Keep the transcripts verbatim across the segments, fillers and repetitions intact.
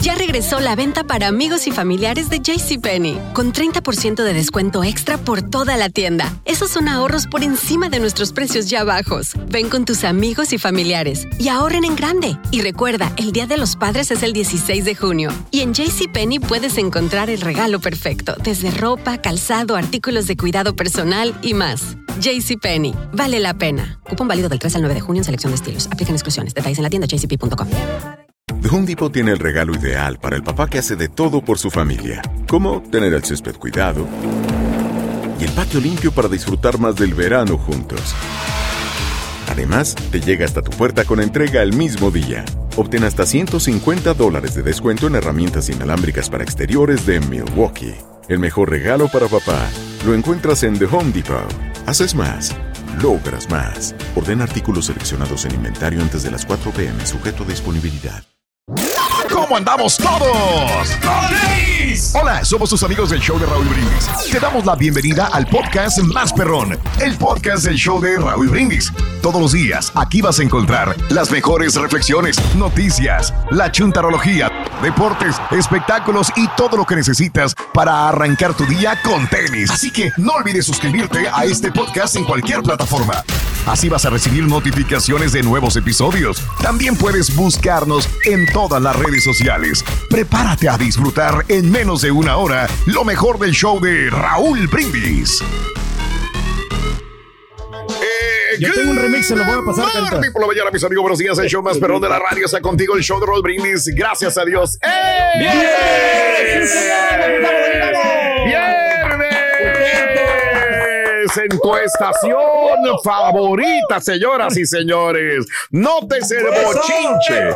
Ya regresó la venta para amigos y familiares de JCPenney, con treinta por ciento de descuento extra por toda la tienda. Esos son ahorros por encima de nuestros precios ya bajos. Ven con tus amigos y familiares y ahorren en grande. Y recuerda, el Día de los Padres es el dieciséis de junio. Y en JCPenney puedes encontrar el regalo perfecto, desde ropa, calzado, artículos de cuidado personal y más. JCPenney, vale la pena. Cupón válido del tres al nueve de junio en selección de estilos. Aplican exclusiones. Detalles en la tienda j c p punto com. The Home Depot tiene el regalo ideal para el papá que hace de todo por su familia, como tener el césped cuidado y el patio limpio para disfrutar más del verano juntos. Además, te llega hasta tu puerta con entrega el mismo día. Obtén hasta ciento cincuenta dólares de descuento en herramientas inalámbricas para exteriores de Milwaukee. El mejor regalo para papá lo encuentras en The Home Depot. Haces más, logras más. Ordena artículos seleccionados en inventario antes de las cuatro p m, sujeto a disponibilidad. ¿Cómo andamos todos? Hola, somos tus amigos del show de Raúl Brindis. Te damos la bienvenida al podcast más perrón, el podcast del show de Raúl Brindis. Todos los días aquí vas a encontrar las mejores reflexiones, noticias, la chuntarología, deportes, espectáculos y todo lo que necesitas para arrancar tu día con tenis. Así que no olvides suscribirte a este podcast en cualquier plataforma. Así vas a recibir notificaciones de nuevos episodios. También puedes buscarnos en todas las redes sociales. Prepárate a disfrutar en menos de una hora lo mejor del show de Raúl Brindis. Eh, Yo tengo un remix, se lo voy a pasar a cantar. Por la mañana, mis amigos, buenos días. El show más perrón de la radio está contigo, el show de Raúl Brindis. Gracias a Dios. ¡Eh! ¡Viernes! ¡Viernes! En tu estación favorita, señoras y señores. Nótese el bochinche.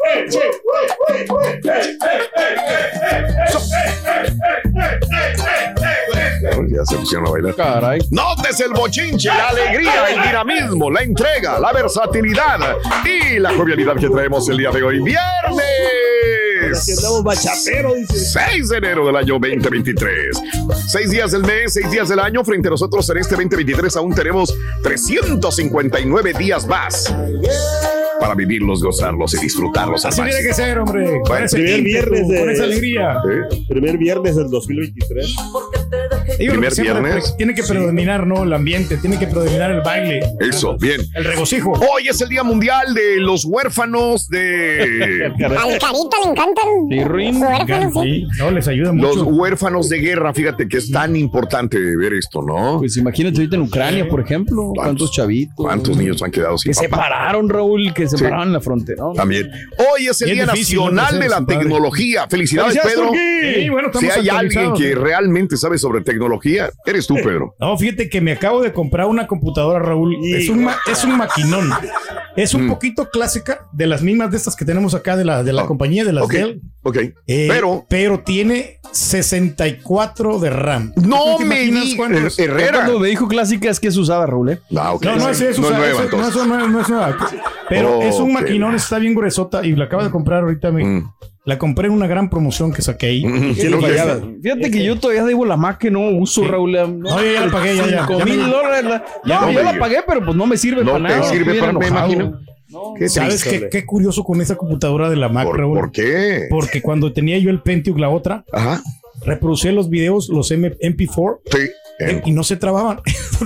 Ya se pusieron a bailar. Caray. Nótese el bochinche, la alegría, el dinamismo, la entrega, la versatilidad y la jovialidad que traemos el día de hoy. ¡Viernes! Aquí andamos bachatero, dice. seis de enero del año veinte veintitrés. Seis días del mes, seis días del año. Frente a nosotros en este veinte veintitrés aún tenemos trescientos cincuenta y nueve días más para vivirlos, gozarlos y disfrutarlos. Así tiene que ser, hombre. Bueno, primer viernes de... Con esa alegría. ¿Eh? Primer viernes del dos mil veintitrés. Digo, primer viernes. Tiene que predominar, ¿no? El ambiente, tiene que predominar el baile. Eso, bien. El regocijo. Hoy es el Día Mundial de los Huérfanos de... Al Carito le encantan sí, los huérfanos, sí. sí. No, les ayuda mucho. Los huérfanos de guerra, fíjate que es tan importante ver esto, ¿no? Pues imagínate ahorita en Ucrania, por ejemplo, cuántos chavitos. ¿Cuántos niños han quedado sin que papá? se pararon, Raúl, que se Sí. pararon en la frontera, ¿no? También. Hoy es el Bien Día difícil, Nacional ¿no? de la Compadre. Tecnología. Felicidades, Pedro. Sí, bueno, Si estamos hay alguien actualizados. que realmente sabe sobre tecnología, eres tú, Pedro. No, fíjate que me acabo de comprar una computadora, Raúl. Es un, ma- es un maquinón. Es un Mm. poquito clásica, de las mismas de estas que tenemos acá de la, de la Oh. compañía, de las Ok, Dell. ok. Eh, Pero, pero tiene sesenta y cuatro de RAM. no ¿Tú te me imaginas digas, cuántos? Herrera. Cuando me dijo clásica es que se usaba, Raúl, ¿eh? Ah, ok. No, no es eso, No o es sea, nueva, eso- no, entonces. eso no, es- no es nueva. Pero Oh, es un ok. maquinón, está bien gruesota y la acabo de comprar ahorita. Me, Mm. La compré en una gran promoción que saqué ahí. Mm, ¿Qué lo le que- fallaba? Fíjate que yo todavía debo la Mac que no uso, Sí. Raúl. No, yo ya la pagué, ya, ya. Cinco Ya me- mil dólares. la- Ya No, me yo la digas. pagué, pero pues no me sirve No para te nada. sirve estoy para- me enojado. imagino. No. Qué ¿Sabes triste. qué, qué curioso con esa computadora de la Mac, ¿Por, Raúl? ¿Por qué? Porque cuando tenía yo el Pentium, la otra, Ajá. reproducía los videos, los M- MP cuatro, Sí. En- y no se trababan.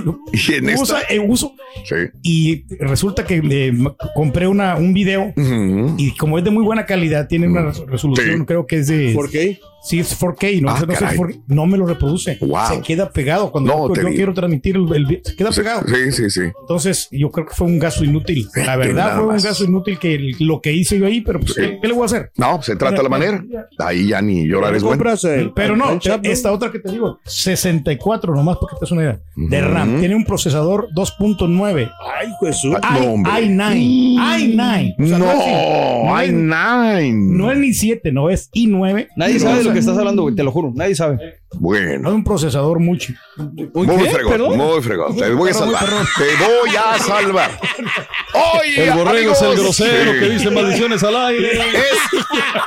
y en esta. Usa, en uso. Sí. Y resulta que le m- compré una, un video Ujú. y como es de muy buena calidad, tiene una res- resolución, Sí. creo que es de... ¿Por qué? Sí, es cuatro K, no, Ah, sé- no, sé caray. por qué, no me lo reproduce. Wow. Se queda pegado cuando No, yo, te yo digo. quiero transmitir el, el vi- se queda Sí, pegado. sí, sí, sí. Entonces, yo creo que fue un gasto inútil. La Fíjate verdad nada fue un más. gasto inútil que el- lo que hice yo ahí, pero pues, Sí. ¿qué, qué le voy a hacer? No, se trata de la manera. Ahí ya ni llorar es bueno. ¿Compras el, Pero el- no, el chat, esta otra que te digo, sesenta y cuatro nomás porque te das una idea. De Ujú. RAM. Tiene un procesador dos punto nueve. Ay, Jesús. Ah, no, hombre. i nueve. i nueve. O sea, No, es- no hay es- nine. No es ni siete, no es i nueve. Nadie No, sabe o de sea, lo que estás hablando, güey. Te lo juro. Nadie sabe. Bueno. Es un procesador muy chido. Muy ¿Qué? fregón, ¿Perdón? muy fregón. Te voy a Perdón, salvar. perdón. Te voy a salvar. Oye, El borrego es el amigos, grosero sí. que dice maldiciones al aire. Es-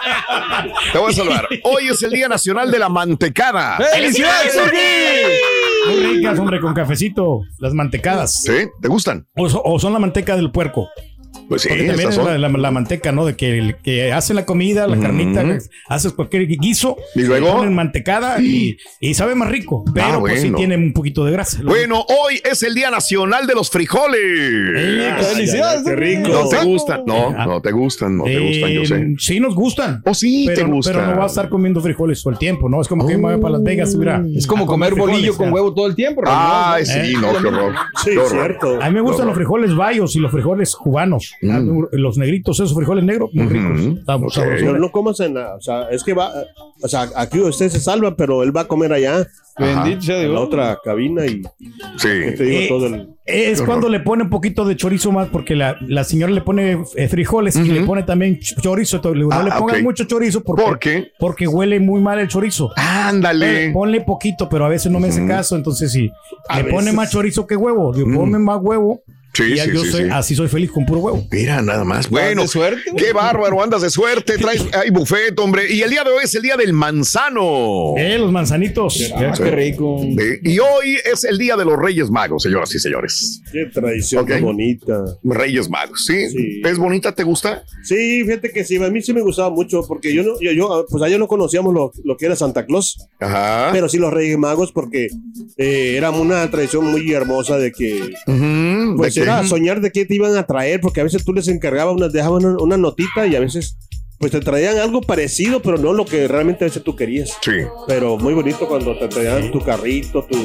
Te voy a salvar. Hoy es el Día Nacional de la Mantecada. ¡Felicidades, Turquí! Muy ricas, hombre, con cafecito. Las mantecadas. ¿Sí? ¿Te gustan? O, so- o son la manteca del puerco. Pues sí, porque también es la, la, la manteca, ¿no? De que, que hacen la comida, la mm. carnita, haces cualquier guiso, y luego le ponen mantecada y, y sabe más rico, pero ah, pues bueno. sí tiene un poquito de grasa. Bueno, hoy es el Día Nacional de los Frijoles. Eh, ¡Felicidades! ¡Qué rico! No te gustan, no, no te gustan, no te eh, gustan, yo sé. Sí nos gustan. Oh, sí, pero, te gustan. Pero no vas a estar comiendo frijoles todo el tiempo, ¿no? Es como que oh. me voy para Las Vegas, mira. Es como comer bolillo con huevo todo el tiempo. Ah, ¿no? sí, no, qué horror. Sí, qué horror. cierto. A mí me gustan los frijoles bayos y los frijoles cubanos. Mm. Los negritos, esos frijoles negros, muy ricos. Mm-hmm. Estamos okay. Pero no comas en la, o sea, es que va, o sea, aquí usted se salva, pero él va a comer allá. Bendito sea Dios. En la otra cabina y sí. te digo eh, todo el, es el cuando le pone un poquito de chorizo más, porque la, la señora le pone eh, frijoles uh-huh. y le pone también chorizo. No ah, le pongan okay. mucho chorizo porque, ¿por qué? Porque huele muy mal el chorizo. Ándale. Eh, ponle poquito, pero a veces no me hace uh-huh. caso. Entonces, si a le veces. pone más chorizo que huevo, le uh-huh. pone más huevo. Sí, y sí, yo sí, soy, sí. Así soy feliz con puro huevo. Mira, nada más. Bueno, de suerte, qué bárbaro, andas de suerte. Traes, hay buffet, hombre. Y el día de hoy es el día del manzano. Eh, los manzanitos. Ah, qué rico. Eh, y hoy es el día de los Reyes Magos, señoras y señores. Qué tradición okay. bonita. Reyes Magos, ¿sí? ¿sí? ¿Es bonita? ¿Te gusta? Sí, fíjate que sí. A mí sí me gustaba mucho porque yo no, yo, yo pues allá no conocíamos lo, lo que era Santa Claus. Ajá. Pero sí los Reyes Magos porque eh, era una tradición muy hermosa de que, uh-huh. pues ¿de era qué? Soñar de qué te iban a traer, porque a veces tú les encargabas, unas, dejaban una, una notita y a veces pues te traían algo parecido, pero no lo que realmente a veces tú querías. Sí. Pero muy bonito cuando te traían tu carrito, tu...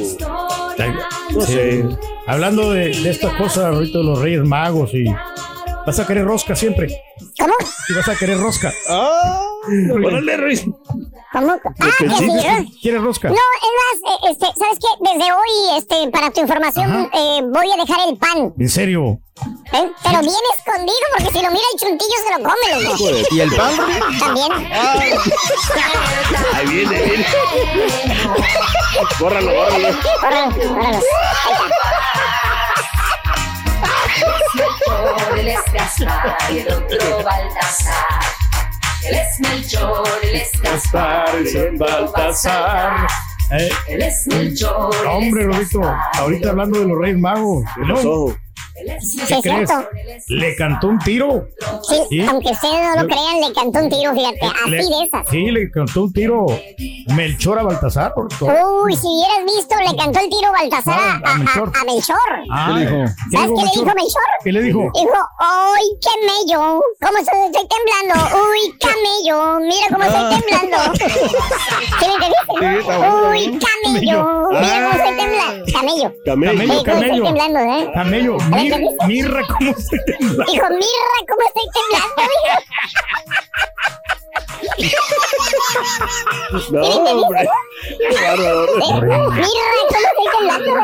No sí. sé. Hablando de, de estas cosas, ahorita de los Reyes Magos y... Vas a querer rosca siempre. ¿Cómo? Y vas a querer rosca. ¡Ah! ¡Órale, Ruiz! ¿Cómo? Ah, que sí, ¿eh? ¿Quieres rosca? No, es más, este, ¿sabes qué? Desde hoy, este, para tu información, eh, voy a dejar el pan. ¿En serio? ¿Eh? Pero bien escondido, porque si lo mira el chuntillo se lo come, loco. ¿Y el pan? También. Ay. Ahí viene, viene. Bórralo, bórralo. Bórralo, bórralo. Él es Gaspar y el otro Baltasar. Él es Melchor, él es Gaspar y el otro Baltasar. Eh. Él es Melchor. Hombre, Rodito, ahorita hablando de los Reyes Magos. ¿No? ¿Qué crees? Le cantó un tiro. Sí, ¿sí? Aunque ustedes no lo crean, le cantó un tiro, fíjate, así le, de esas. Sí, le cantó un tiro Melchor a Baltasar. Uy, si hubieras visto, le cantó el tiro Baltasar ah, a, a, Melchor. A, a Melchor. Ah, ¿qué dijo? ¿Sabes qué le dijo Melchor? ¿Qué le dijo? Dijo, ¡ay, qué mello! ¿Cómo estoy temblando? ¡Uy, camello! Mira cómo estoy temblando. ¿Qué le entendiste? ¿No? ¡Uy, camello! Mira cómo estoy temblando. Camello. Camello, sí, camello. Estoy temblando, ¿eh? Camello. Mir, mirra, ¿cómo estoy temblando? Dijo, mirra, ¿cómo estoy temblando? No, hombre. Qué bárbaro. Mirra, ¿cómo estoy temblando?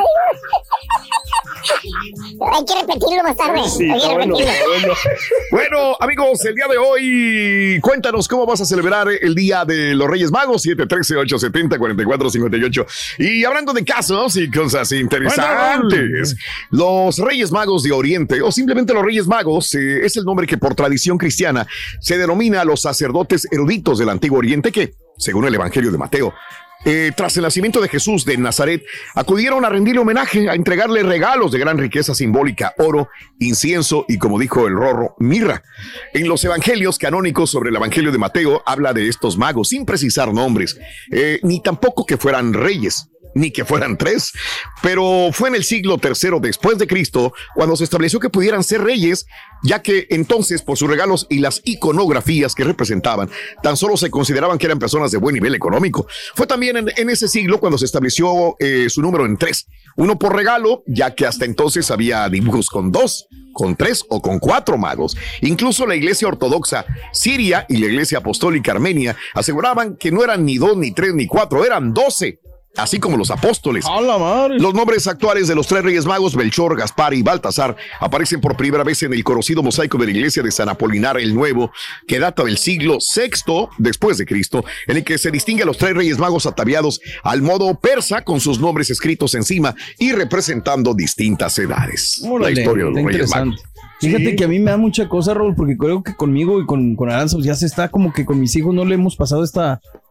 Hay que repetirlo más tarde. Sí, Hay que bueno, repetirlo. bueno. Bueno, amigos, el día de hoy, cuéntanos cómo vas a celebrar el Día de los Reyes Magos, siete uno tres, ocho siete cero, cuatro cuatro cinco ocho. Y hablando de casos y cosas interesantes, los Reyes Magos de Oriente, o simplemente los Reyes Magos, eh, es el nombre que por tradición cristiana se denomina a los sacerdotes eruditos del Antiguo Oriente que, según el Evangelio de Mateo, Eh, tras el nacimiento de Jesús de Nazaret, acudieron a rendirle homenaje, a entregarle regalos de gran riqueza simbólica, oro, incienso y, como dijo el Rorro, mirra. En los evangelios canónicos sobre el Evangelio de Mateo habla de estos magos sin precisar nombres, eh, ni tampoco que fueran reyes, ni que fueran tres, pero fue en el siglo tercero después de Cristo cuando se estableció que pudieran ser reyes, ya que entonces por sus regalos y las iconografías que representaban, tan solo se consideraban que eran personas de buen nivel económico. Fue también en, en ese siglo cuando se estableció eh, su número en tres, uno por regalo, ya que hasta entonces había dibujos con dos, con tres o con cuatro magos. Incluso la iglesia ortodoxa siria y la iglesia apostólica armenia aseguraban que no eran ni dos, ni tres, ni cuatro, eran doce. Así como los apóstoles. ¡A la madre! Los nombres actuales de los tres Reyes Magos, Melchor, Gaspar y Baltasar, aparecen por primera vez en el conocido mosaico de la iglesia de San Apolinar el Nuevo, que data del siglo sexto después de Cristo, en el que se distingue a los tres Reyes Magos ataviados al modo persa, con sus nombres escritos encima y representando distintas edades. Órale, la historia de los Reyes Magos. Fíjate Sí. que a mí me da mucha cosa, Raúl, porque creo que conmigo y con, con Aranza, pues ya se está como que con mis hijos no le hemos pasado esta,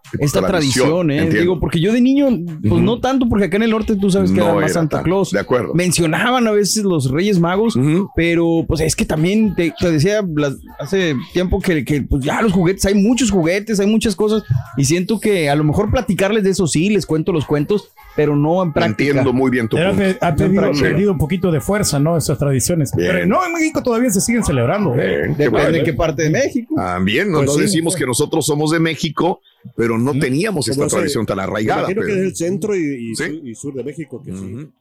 esta tradición, tradición ¿eh? Entiendo. Digo, porque yo de niño, pues uh-huh. no tanto, porque acá en el norte tú sabes que no era más era Santa tan, Claus. De acuerdo. Mencionaban a veces los Reyes Magos, uh-huh. pero pues es que también te, te decía las, hace tiempo que, que pues ya los juguetes, hay muchos juguetes, hay muchas cosas, y siento que a lo mejor platicarles de eso sí, les cuento los cuentos, pero no en práctica. Entiendo muy bien tu punto. Ha, ha perdido, perdido un poquito de fuerza, ¿no? Esas tradiciones. Bien. Pero no, en México todavía se siguen celebrando. Bien, Depende bueno, de qué parte de México. También, no, pues no sí, decimos sí. que nosotros somos de México, pero no teníamos esta sé, tradición tan arraigada. Imagino pero... que es el centro y, y, ¿Sí? sur, y sur de México que uh-huh. sí.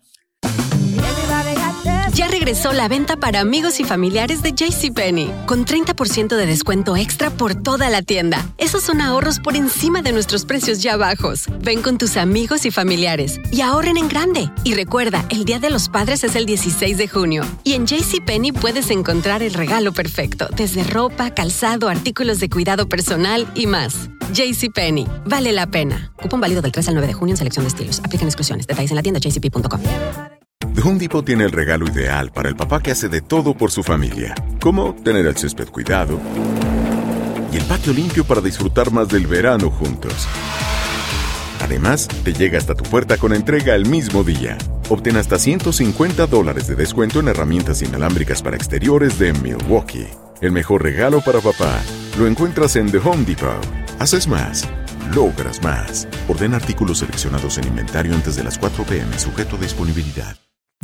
Ya regresó la venta para amigos y familiares de JCPenney, con treinta por ciento de descuento extra por toda la tienda. Esos son ahorros por encima de nuestros precios ya bajos. Ven con tus amigos y familiares y ahorren en grande. Y recuerda, el Día de los Padres es el dieciséis de junio. Y en JCPenney puedes encontrar el regalo perfecto, desde ropa, calzado, artículos de cuidado personal y más. JCPenney, vale la pena. Cupón válido del tres al nueve de junio en selección de estilos. Aplican exclusiones. Detalles en la tienda j c p punto com. The Home Depot tiene el regalo ideal para el papá que hace de todo por su familia, como tener el césped cuidado y el patio limpio para disfrutar más del verano juntos. Además, te llega hasta tu puerta con entrega el mismo día. Obtén hasta ciento cincuenta dólares de descuento en herramientas inalámbricas para exteriores de Milwaukee. El mejor regalo para papá lo encuentras en The Home Depot. Haces más, logras más. Ordena artículos seleccionados en inventario antes de las cuatro p.m. sujeto a disponibilidad.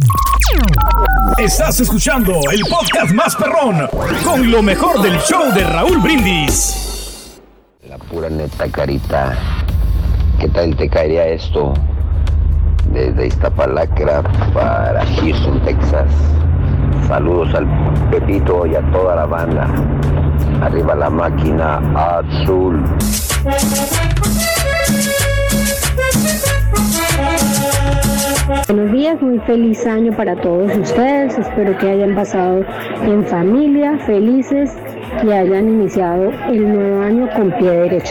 Estás escuchando el podcast más perrón con lo mejor del show de Raúl Brindis. La pura neta, Carita. ¿Qué tal te caería esto? Desde Iztapalacra para Houston, Texas. Saludos al Pepito y a toda la banda. Arriba la máquina azul. Buenos días, muy feliz año para todos ustedes. Espero que hayan pasado en familia, felices y hayan iniciado el nuevo año con pie derecho.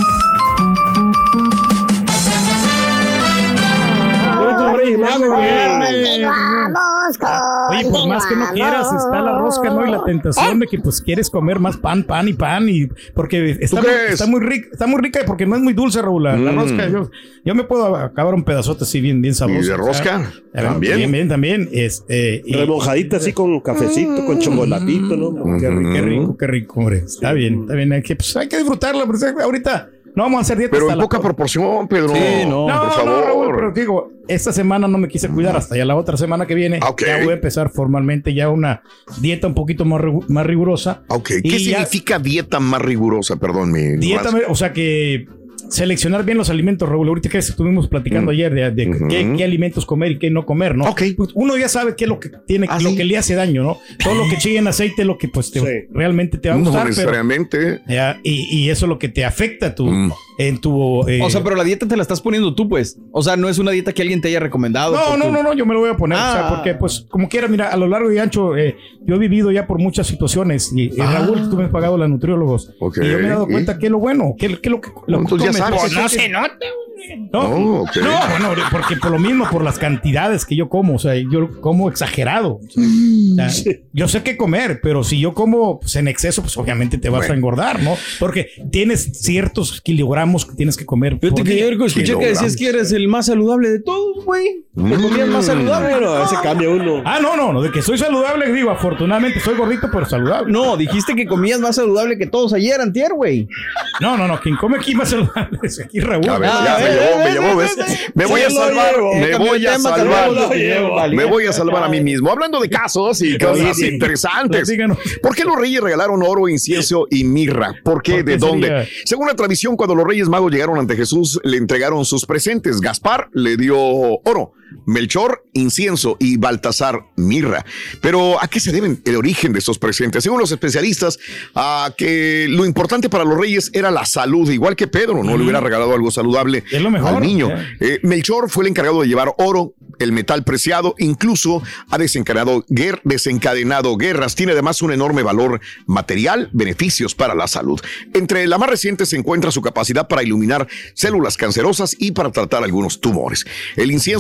Oye, por más que no quieras, está la rosca, ¿no? Y la tentación de que pues quieres comer más pan, pan y pan y porque está, muy, está muy rica, está muy rica porque no es muy dulce, Raúl, la, mm. la rosca. Yo, yo me puedo acabar un pedazote así bien, bien sabroso. ¿Y de rosca? O sea, también. Bien, bien, también. Es, eh, y, remojadita así con cafecito, con chocolatito, ¿no? Mm. Qué, rico, qué rico, qué rico, hombre. Está sí. bien, está bien. Hay que, pues, hay que disfrutarla, pero ahorita no vamos a hacer dieta. Pero hasta en poca la... proporción, Pedro. Sí, no, no, por no, favor. No, Raúl, pero digo, esta semana no me quise cuidar, hasta ya la otra semana que viene okay. ya voy a empezar formalmente ya una dieta un poquito más, más rigurosa. Ok, ¿qué significa ya... dieta más rigurosa? Perdón, mi dieta, más... o sea que seleccionar bien los alimentos, Raúl. Ahorita que estuvimos platicando mm. ayer de, de uh-huh. qué, qué alimentos comer y qué no comer, ¿no? Okay. Pues uno ya sabe qué es lo que tiene, ¿Ah, lo sí? que le hace daño, ¿no? Todo lo que chille en aceite es lo que pues te, sí. realmente te va a gustar. No necesariamente. Pero, ya, y, y eso es lo que te afecta tu, mm. en tu... Eh, o sea, pero la dieta te la estás poniendo tú, pues. O sea, no es una dieta que alguien te haya recomendado. No, no, tu... no, no, yo me lo voy a poner. Ah. O sea, porque pues como quiera, mira, a lo largo y ancho, eh, yo he vivido ya por muchas situaciones y, y ah. Raúl, tú me has pagado la nutriólogos. Okay. Y yo me he dado cuenta ¿Eh? que es lo bueno, que es lo que... Lo no, que ya sabes. No se nota. No, oh, okay. no, bueno, porque por lo mismo, por las cantidades que yo como, o sea, yo como exagerado. O sea, sí. Yo sé qué comer, pero si yo como pues, en exceso, pues obviamente te vas bueno. a engordar, ¿no? Porque tienes ciertos kilogramos que tienes que comer. Fíjate que yo escuché que decías que eres el más saludable de todos, güey. Mm. Te comías más saludable. Pero a veces cambia uno. Ah, no, no, no, de que soy saludable, digo, afortunadamente soy gordito, pero saludable. No, dijiste que comías más saludable que todos ayer, antier, güey. No, no, no, quien come aquí más saludable es aquí Raúl. A ver, ya, me llevó, me llevó, ¿ves? Me voy a salvar, me voy a salvar, me voy a salvar a mí mismo. Hablando de casos y cosas interesantes. ¿Por qué los reyes regalaron oro, incienso y mirra? ¿Por qué? ¿De dónde? Según la tradición, cuando los reyes magos llegaron ante Jesús, le entregaron sus presentes. Gaspar le dio oro, Melchor, incienso y Baltasar, mirra. Pero ¿a qué se deben el origen de estos presentes? Según los especialistas, a que lo importante para los reyes era la salud, igual que Pedro, no mm. le hubiera regalado algo saludable es lo mejor, al niño. Yeah. Eh, Melchor fue el encargado de llevar oro, el metal preciado, incluso ha desencadenado, guer- desencadenado guerras, tiene además un enorme valor material, beneficios para la salud. Entre la más reciente se encuentra su capacidad para iluminar células cancerosas y para tratar algunos tumores. El incienso fue el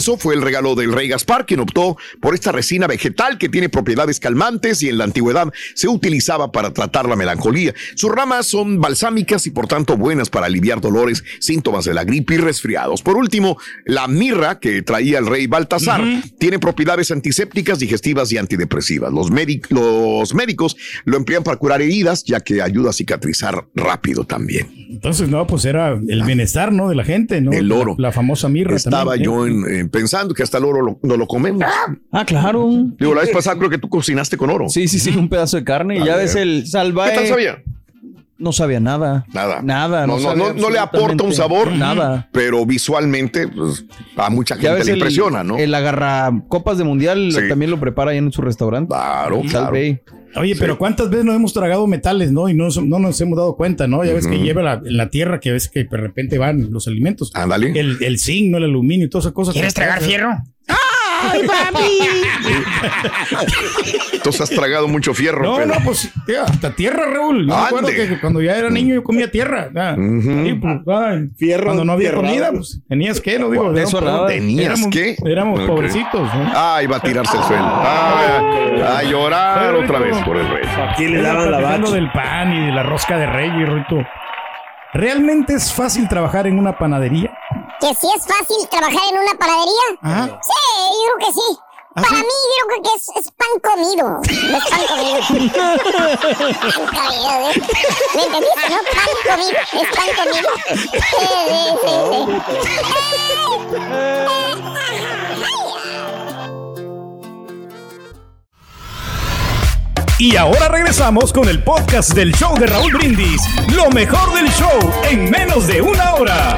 el regalo del rey Gaspar, quien optó por esta resina vegetal que tiene propiedades calmantes y en la antigüedad se utilizaba para tratar la melancolía. Sus ramas son balsámicas y por tanto buenas para aliviar dolores, síntomas de la gripe y resfriados. Por último, la mirra que traía el rey Baltasar uh-huh. tiene propiedades antisépticas, digestivas y antidepresivas. Los, médic- los médicos lo emplean para curar heridas, ya que ayuda a cicatrizar rápido también. Entonces, no, pues era el bienestar, ¿no? De la gente, ¿no? El oro. La, la famosa mirra. Estaba también, yo en, en pensando que hasta el oro lo, no lo comemos. Ah, claro. Digo, la vez pasada creo que tú cocinaste con oro. Sí, sí, sí, un pedazo de carne. Y ya ves el salvae. ¿Qué tal sabía? No sabía nada. Nada. Nada. No, no, no, no le aporta un sabor. Nada. Pero visualmente, pues, a mucha gente le impresiona, el, ¿no? El agarra copas de mundial sí. también lo prepara ahí en su restaurante. Claro, claro. Oye, sí. pero ¿cuántas veces nos hemos tragado metales, no? Y no, no nos hemos dado cuenta, ¿no? Ya uh-huh. ves que lleva la, en la tierra, que ves que de repente van los alimentos. Ándale. El, el zinc, ¿no? El aluminio y todas esas cosas. ¿Quieres tragar fierro? ¡Ay, papi! Entonces has tragado mucho fierro. No, pero... no, pues tía, hasta tierra, Raúl. Yo me acuerdo que cuando ya era niño yo comía tierra. Uh-huh. Y, pues, ay, fierro. Cuando no había tierrado. Comida, pues tenías que, no digo. ¿De eso nada? ¿Tenías éramos, que? Éramos okay. pobrecitos. ¿no? Ay, va a tirarse el suelo. Ay, a llorar otra vez por el rey. Aquí le daban la bacha. del pan y de la rosca de reyes, Rito. ¿Realmente es fácil trabajar en una panadería? ¿Que sí es fácil trabajar en una panadería? Ajá. Sí, yo creo que sí. ¿Ah, Para sí? mí, yo creo que es, es pan comido. No es pan comido. ¿Me entendiste, no? Pan comido. Es pan comido. Sí, sí, sí, sí. Y ahora regresamos con el podcast del show de Raúl Brindis. Lo mejor del show en menos de una hora.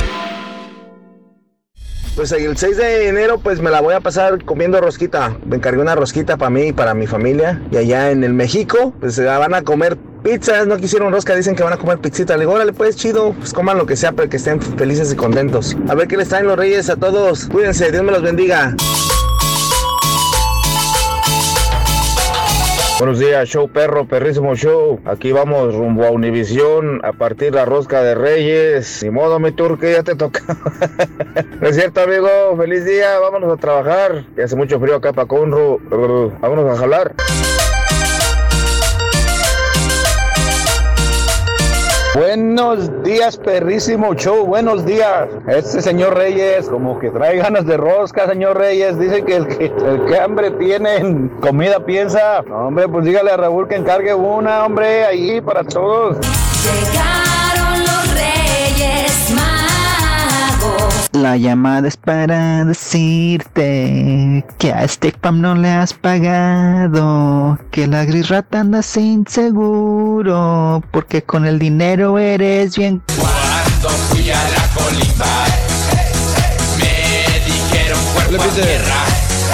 Pues el seis de enero pues me la voy a pasar comiendo rosquita. Me encargué una rosquita para mí y para mi familia. Y allá en el México pues se van a comer pizzas. No quisieron rosca, dicen que van a comer pizzita. Le digo, órale pues chido, pues coman lo que sea para que estén felices y contentos. A ver qué les traen los reyes a todos. Cuídense, Dios me los bendiga. Buenos días, show perro, perrísimo show. Aquí vamos rumbo a Univisión a partir la rosca de Reyes. Ni modo, mi turque, ya te toca. ¿No es cierto, amigo? Feliz día, vámonos a trabajar. Que hace mucho frío acá para Conro. Vámonos a jalar. Buenos días, perrísimo show, buenos días. Este señor Reyes, como que trae ganas de rosca, señor Reyes. Dice que el que, el que hambre tiene en comida piensa. No, hombre, pues dígale a Raúl que encargue una, hombre, ahí para todos. Llegaron los Reyes Magos. La llamada es para decirte que a este Pam no le has pagado, que la gris rata anda sin seguro, porque con el dinero eres bien. Cuando fui a la colita, me dijeron cuerpo a tierra.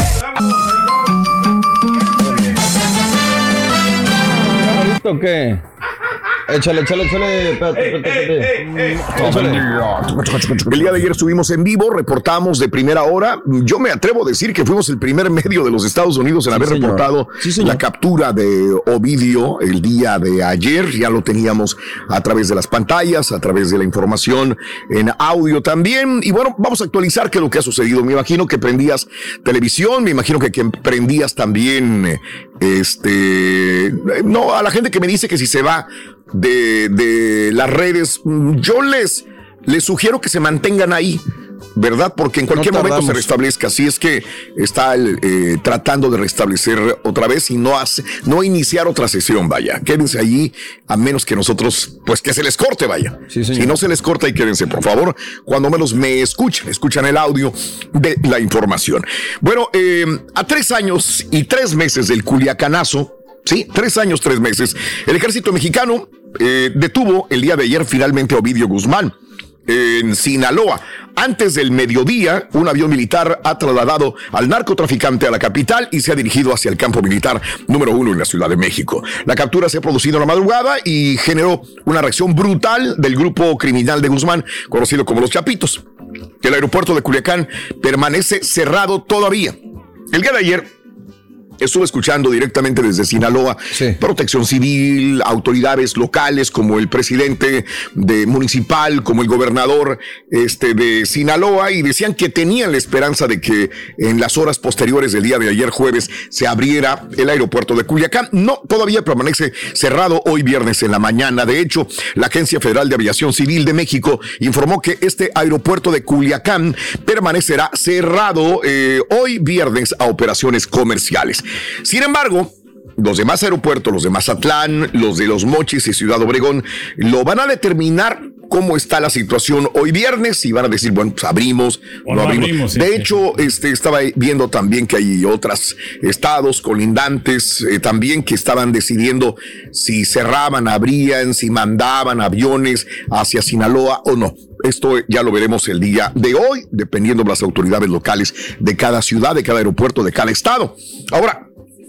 ¿Listo qué? Échale, échale, échale. Espérate, espérate, espérate. El día de ayer estuvimos en vivo, reportamos de primera hora. Yo me atrevo a decir que fuimos el primer medio de los Estados Unidos en sí, haber señor. reportado sí, la captura de Ovidio el día de ayer. Ya lo teníamos a través de las pantallas, a través de la información en audio también. Y bueno, vamos a actualizar qué es lo que ha sucedido. Me imagino que prendías televisión, me imagino que, que prendías también, este, no, a la gente que me dice que si se va de, de las redes, yo les, les sugiero que se mantengan ahí, ¿verdad? Porque en cualquier no momento se restablezca. Así es que está el, eh, tratando de restablecer otra vez y no hace, no iniciar otra sesión, vaya. Quédense allí, a menos que nosotros, pues que se les corte, vaya. Sí, si no se les corta, y quédense, por favor. Cuando menos me escuchan, escuchan el audio de la información. Bueno, eh, a tres años y tres meses del Culiacanazo, sí, tres años, tres meses, el ejército mexicano eh, detuvo el día de ayer finalmente a Ovidio Guzmán en Sinaloa. Antes del mediodía, un avión militar ha trasladado al narcotraficante a la capital y se ha dirigido hacia el campo militar número uno en la Ciudad de México. La captura se ha producido en la madrugada y generó una reacción brutal del grupo criminal de Guzmán, conocido como Los Chapitos. El aeropuerto de Culiacán permanece cerrado todavía. El día de ayer, estuve escuchando directamente desde Sinaloa, sí. Protección Civil, autoridades locales como el presidente de municipal, como el gobernador este, de Sinaloa, y decían que tenían la esperanza de que en las horas posteriores del día de ayer jueves se abriera el aeropuerto de Culiacán. No, todavía permanece cerrado hoy viernes en la mañana. De hecho, la Agencia Federal de Aviación Civil de México informó que este aeropuerto de Culiacán permanecerá cerrado eh, hoy viernes a operaciones comerciales. Sin embargo, los demás aeropuertos, los de Mazatlán, los de Los Mochis y Ciudad Obregón, lo van a determinar cómo está la situación hoy viernes y van a decir, bueno, pues abrimos, o no, no abrimos. abrimos sí, de hecho, sí. este, estaba viendo también que hay otros estados colindantes eh, también que estaban decidiendo si cerraban, abrían, si mandaban aviones hacia Sinaloa o no. Esto ya lo veremos el día de hoy, dependiendo de las autoridades locales de cada ciudad, de cada aeropuerto, de cada estado. Ahora,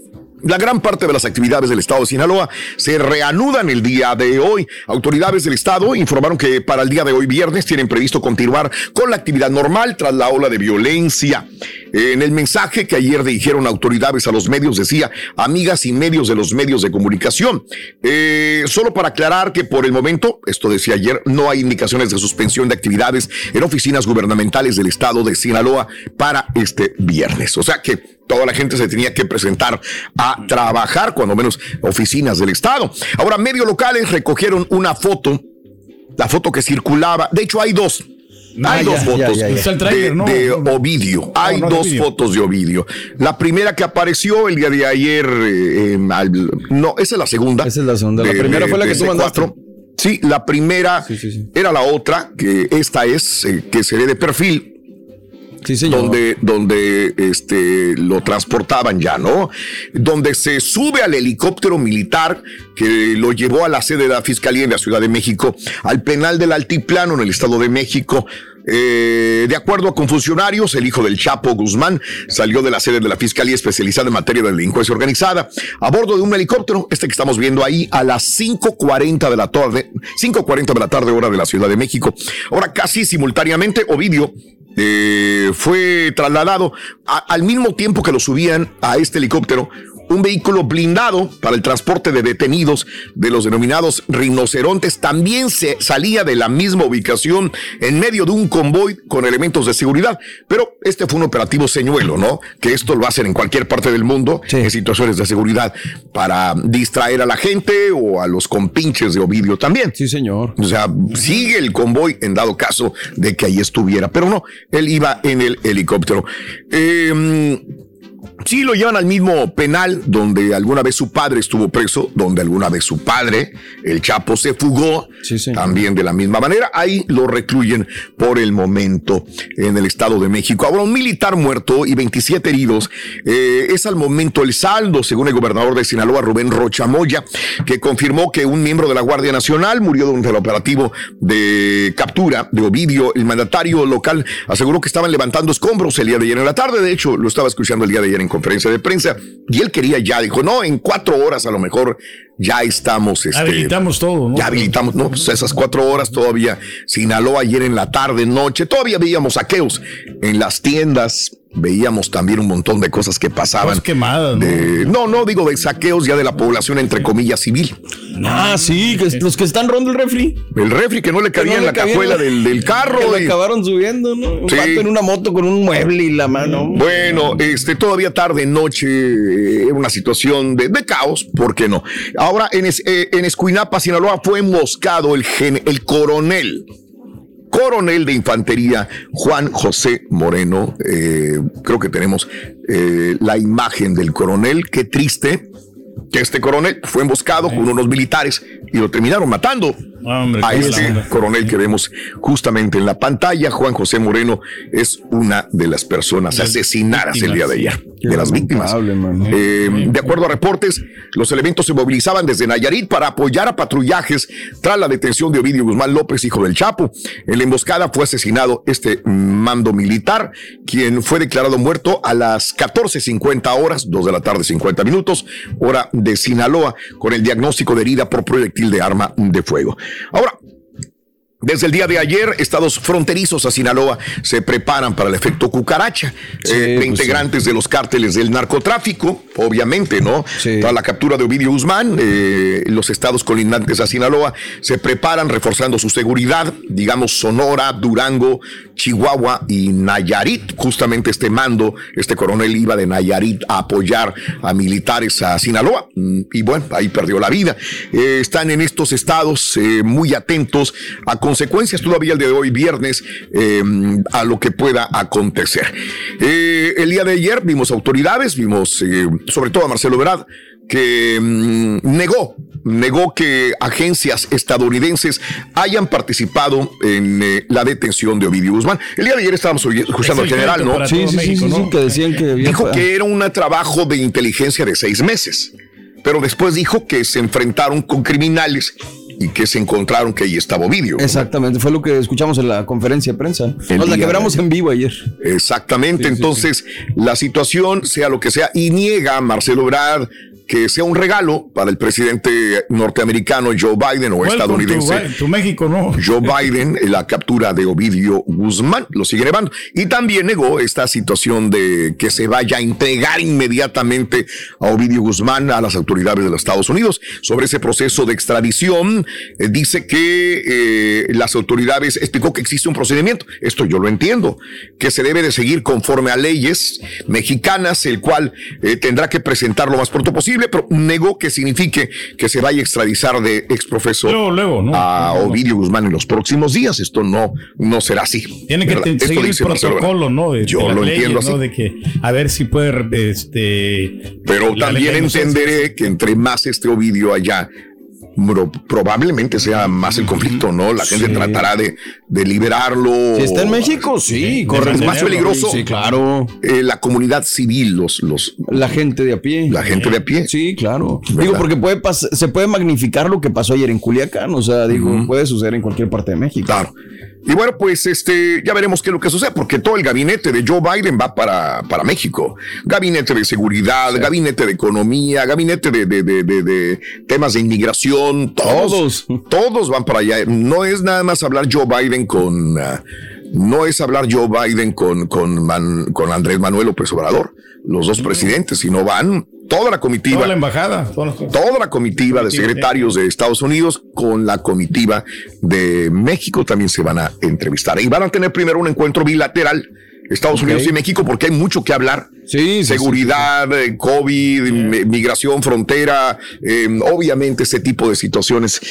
la gran parte de las actividades del estado de Sinaloa se reanudan el día de hoy. Autoridades del estado informaron que para el día de hoy viernes tienen previsto continuar con la actividad normal tras la ola de violencia. En el mensaje que ayer dijeron autoridades a los medios decía, amigas y medios de los medios de comunicación. Eh, solo para aclarar que por el momento, esto decía ayer, no hay indicaciones de suspensión de actividades en oficinas gubernamentales del estado de Sinaloa para este viernes. O sea que toda la gente se tenía que presentar a trabajar, cuando menos oficinas del estado. Ahora, medios locales recogieron una foto, la foto que circulaba. De hecho, hay dos. Ah, hay ya, dos fotos ya, ya, ya. de, no, de no, Ovidio. Hay no, no dos Ovidio. fotos de Ovidio. La primera que apareció el día de ayer, eh, al, no, esa es la segunda. Esa es la segunda. La de, primera de, fue la que tú mandaste. Sí, la primera sí, sí, sí. era la otra, que esta es, eh, que se ve de perfil. Sí, señor. Donde, donde este, lo transportaban ya, ¿no? Donde se sube al helicóptero militar que lo llevó a la sede de la Fiscalía en la Ciudad de México, al penal del Altiplano en el Estado de México. Eh, de acuerdo con funcionarios, el hijo del Chapo Guzmán salió de la sede de la Fiscalía especializada en materia de delincuencia organizada a bordo de un helicóptero, este que estamos viendo ahí, a las cinco cuarenta de la tarde, cinco cuarenta de la tarde hora de la Ciudad de México. Ahora, casi simultáneamente, Ovidio Eh, fue trasladado a, al mismo tiempo que lo subían a este helicóptero, un vehículo blindado para el transporte de detenidos de los denominados rinocerontes. También se salía de la misma ubicación en medio de un convoy con elementos de seguridad. Pero este fue un operativo señuelo, ¿no? Que esto lo hacen en cualquier parte del mundo, sí, en situaciones de seguridad, para distraer a la gente o a los compinches de Ovidio también. Sí, señor. O sea, sigue el convoy en dado caso de que ahí estuviera. Pero no, él iba en el helicóptero. Eh... Sí, lo llevan al mismo penal donde alguna vez su padre estuvo preso, donde alguna vez su padre, el Chapo, se fugó, sí, sí. también de la misma manera. Ahí lo recluyen por el momento en el Estado de México. Ahora, un militar muerto y veintisiete heridos eh, es al momento el saldo, según el gobernador de Sinaloa, Rubén Rocha Moya, que confirmó que un miembro de la Guardia Nacional murió durante el operativo de captura de Ovidio. El mandatario local aseguró que estaban levantando escombros el día de ayer en la tarde. De hecho, lo estaba escuchando el día de ayer en conferencia de prensa, y él quería ya, dijo, no, en cuatro horas a lo mejor ya estamos. Este, habilitamos todo, ¿no? Ya habilitamos, no, pues esas cuatro horas todavía. Sinaloa ayer en la tarde, noche, todavía veíamos saqueos en las tiendas. Veíamos también un montón de cosas que pasaban. Pues quemadas, ¿no? De, no, no, digo de saqueos ya de la población, entre comillas, civil. Ah, sí, que los que están rondando el refri. El refri que no le cabía no en la cajuela del, del carro. Que y... lo acabaron subiendo, ¿no? Un sí. pato en una moto con un mueble y la mano. Bueno, este, todavía tarde, noche, era una situación de, de caos, ¿por qué no? Ahora, en, es, eh, en Escuinapa, Sinaloa, fue emboscado el, gen, el coronel. Coronel de Infantería Juan José Moreno. Eh, creo que tenemos eh, la imagen del coronel. Qué triste que este coronel fue emboscado sí. con unos militares y lo terminaron matando. Hombre, a este coronel que vemos justamente en la pantalla. Juan José Moreno es una de las personas las asesinadas víctimas. El día de ayer, Qué de las víctimas. Eh, de acuerdo a reportes, los elementos se movilizaban desde Nayarit para apoyar a patrullajes tras la detención de Ovidio Guzmán López, hijo del Chapo. En la emboscada fue asesinado este mando militar, quien fue declarado muerto a las catorce cincuenta horas, dos de la tarde cincuenta minutos, hora de Sinaloa, con el diagnóstico de herida por proyectil de arma de fuego. Ahora, desde el día de ayer, estados fronterizos a Sinaloa se preparan para el efecto cucaracha. Sí, eh, pues integrantes sí. de los cárteles del narcotráfico, obviamente, ¿no? Sí. Tras la captura de Ovidio Guzmán, eh, los estados colindantes a Sinaloa se preparan reforzando su seguridad, digamos Sonora, Durango, Chihuahua y Nayarit. Justamente este mando, este coronel iba de Nayarit a apoyar a militares a Sinaloa y bueno, ahí perdió la vida. Eh, están en estos estados eh, muy atentos a consecuencias todavía el día de hoy, viernes, eh, a lo que pueda acontecer. Eh, el día de ayer vimos autoridades, vimos eh, sobre todo a Marcelo Ebrard, que mmm, negó, negó que agencias estadounidenses hayan participado en eh, la detención de Ovidio Guzmán. El día de ayer estábamos escuchando al general, ¿no? Sí, sí, México, sí, sí, ¿no? sí, que decían que había... Dijo que era un trabajo de inteligencia de seis meses, pero después dijo que se enfrentaron con criminales y que se encontraron que ahí estaba Ovidio. Exactamente, ¿no? Fue lo que escuchamos en la conferencia de prensa. Nos la quebramos en vivo ayer. Exactamente, sí, entonces sí, sí. La situación, sea lo que sea, y niega Marcelo Ebrard que sea un regalo para el presidente norteamericano Joe Biden o well, estadounidense. Tu, tu México, no. Joe Biden, la captura de Ovidio Guzmán, lo sigue negando. Y también negó esta situación de que se vaya a entregar inmediatamente a Ovidio Guzmán a las autoridades de los Estados Unidos. Sobre ese proceso de extradición, eh, dice que eh, las autoridades, explicó que existe un procedimiento, esto yo lo entiendo, que se debe de seguir conforme a leyes mexicanas, el cual eh, tendrá que presentar lo más pronto posible, pero negó que signifique que se vaya a extradizar de exprofeso luego, luego, ¿no? a Ovidio Guzmán en los próximos días. Esto no, no será así. Tiene que te, seguir el protocolo, ¿no? De, Yo de lo leyes, entiendo así. ¿no? De que a ver si puede, este... Pero también entenderé que entre más este Ovidio allá, probablemente sea más el conflicto, ¿no? La gente sí. tratará de, de liberarlo. Si está en México, sí, corre. Es más peligroso. Sí, claro. Eh, la comunidad civil, los, los. La gente de a pie. La gente de a pie. Sí, claro. ¿Verdad? Digo, porque puede pas- se puede magnificar lo que pasó ayer en Culiacán. O sea, digo, uh-huh. puede suceder en cualquier parte de México. Claro. Y bueno, pues este, ya veremos qué es lo que sucede, porque todo el gabinete de Joe Biden va para, para México. Gabinete de seguridad, sí. gabinete de economía, gabinete de, de, de, de, de temas de inmigración, todos, todos, todos van para allá. No es nada más hablar Joe Biden con, uh, no es hablar Joe Biden con, con, Man, con Andrés Manuel López Obrador, los dos presidentes, sino van toda la comitiva, toda la embajada, toda la, toda la comitiva de secretarios de Estados Unidos con la comitiva de México también se van a entrevistar y van a tener primero un encuentro bilateral Estados okay. Unidos y México porque hay mucho que hablar. Sí, seguridad, sí, sí, sí. COVID, sí. migración, frontera, eh, obviamente ese tipo de situaciones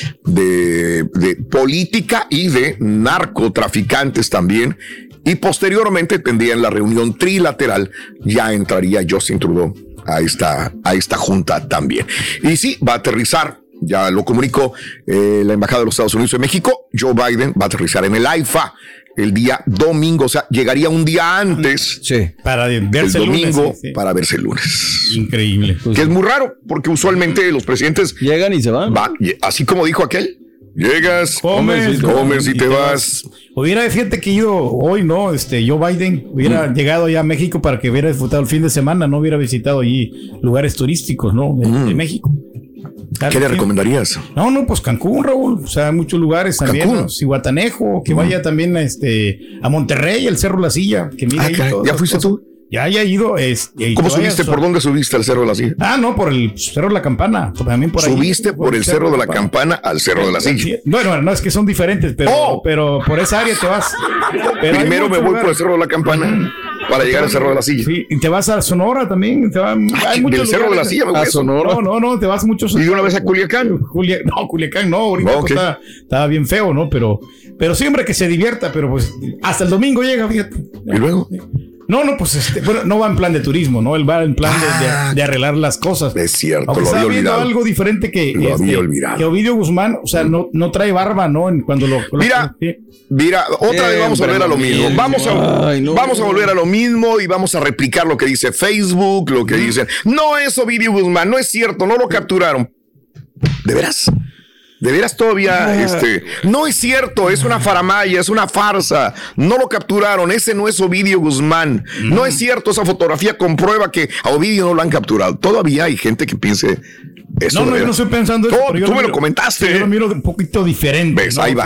de, de política y de narcotraficantes también. Y posteriormente tendrían la reunión trilateral, ya entraría Justin Trudeau a esta, a esta junta también. Y sí, va a aterrizar, ya lo comunicó eh, la Embajada de los Estados Unidos en México, Joe Biden va a aterrizar en el AIFA el día domingo, o sea, llegaría un día antes sí, para verse el domingo lunes, sí, sí. para verse el lunes. Increíble. Pues, que es muy raro, porque usualmente los presidentes llegan y se van. Va, así como dijo aquel. Llegas, comes, comes, comes y, y te, te vas. vas. Hubiera gente que ido hoy, ¿no? Este, Joe Biden hubiera mm. llegado ya a México para que hubiera disfrutado el fin de semana, no hubiera visitado allí lugares turísticos, ¿no? De, mm. de México. Claro, ¿qué le recomendarías? No, no, pues Cancún, Raúl. O sea, muchos lugares también. ¿no? Cihuatanejo, que mm. vaya también a, este, a Monterrey, el Cerro La Silla. Que mire ah, ahí ¿ya fuiste cosas. tú? Ya haya ido. Es, ¿Cómo subiste? ¿Por dónde subiste al Cerro de la Silla? Ah, no, por el Cerro de la Campana. También por ahí. Subiste por, por el Cerro de la Campana al Cerro de la Silla. Bueno, no, es que son diferentes, pero, oh. pero por esa área te vas. Pero primero me voy lugar. por el Cerro de la Campana para llegar al Cerro de la Silla. Sí, y te vas a Sonora también. Te va, hay del Cerro de la Silla me voy a Sonora. No, no, no, te vas muchos. ¿Y de una vez a Culiacán? Culia, no, Culiacán no, ahorita okay. pues, está, está bien feo, ¿no? Pero, pero siempre que se divierta, pero pues hasta el domingo llega, fíjate. ¿Y luego? No, no, pues este, bueno, no va en plan de turismo, ¿no? Él va en plan ah, de, de, de arreglar las cosas. Es cierto, aunque lo había olvidado. Algo diferente que, lo este, había olvidado. que Ovidio Guzmán, o sea, no, no trae barba, ¿no? En, cuando lo, lo mira, ¿sí? mira, otra eh, vez vamos a volver a lo mismo. Bien, vamos a, ay, no, vamos a volver a lo mismo y vamos a replicar lo que dice Facebook, lo que mm. dicen. No es Ovidio Guzmán, no es cierto, no lo capturaron. ¿De veras? De veras todavía, este, no es cierto, es una faramaya, es una farsa, no lo capturaron, ese no es Ovidio Guzmán, mm. no es cierto, esa fotografía comprueba que a Ovidio no lo han capturado, todavía hay gente que piense eso. No, no, yo no estoy pensando eso. Oh, pero yo tú me miro, lo comentaste. Yo lo miro un poquito diferente. ¿Ves? ¿no? Ahí o va. sea,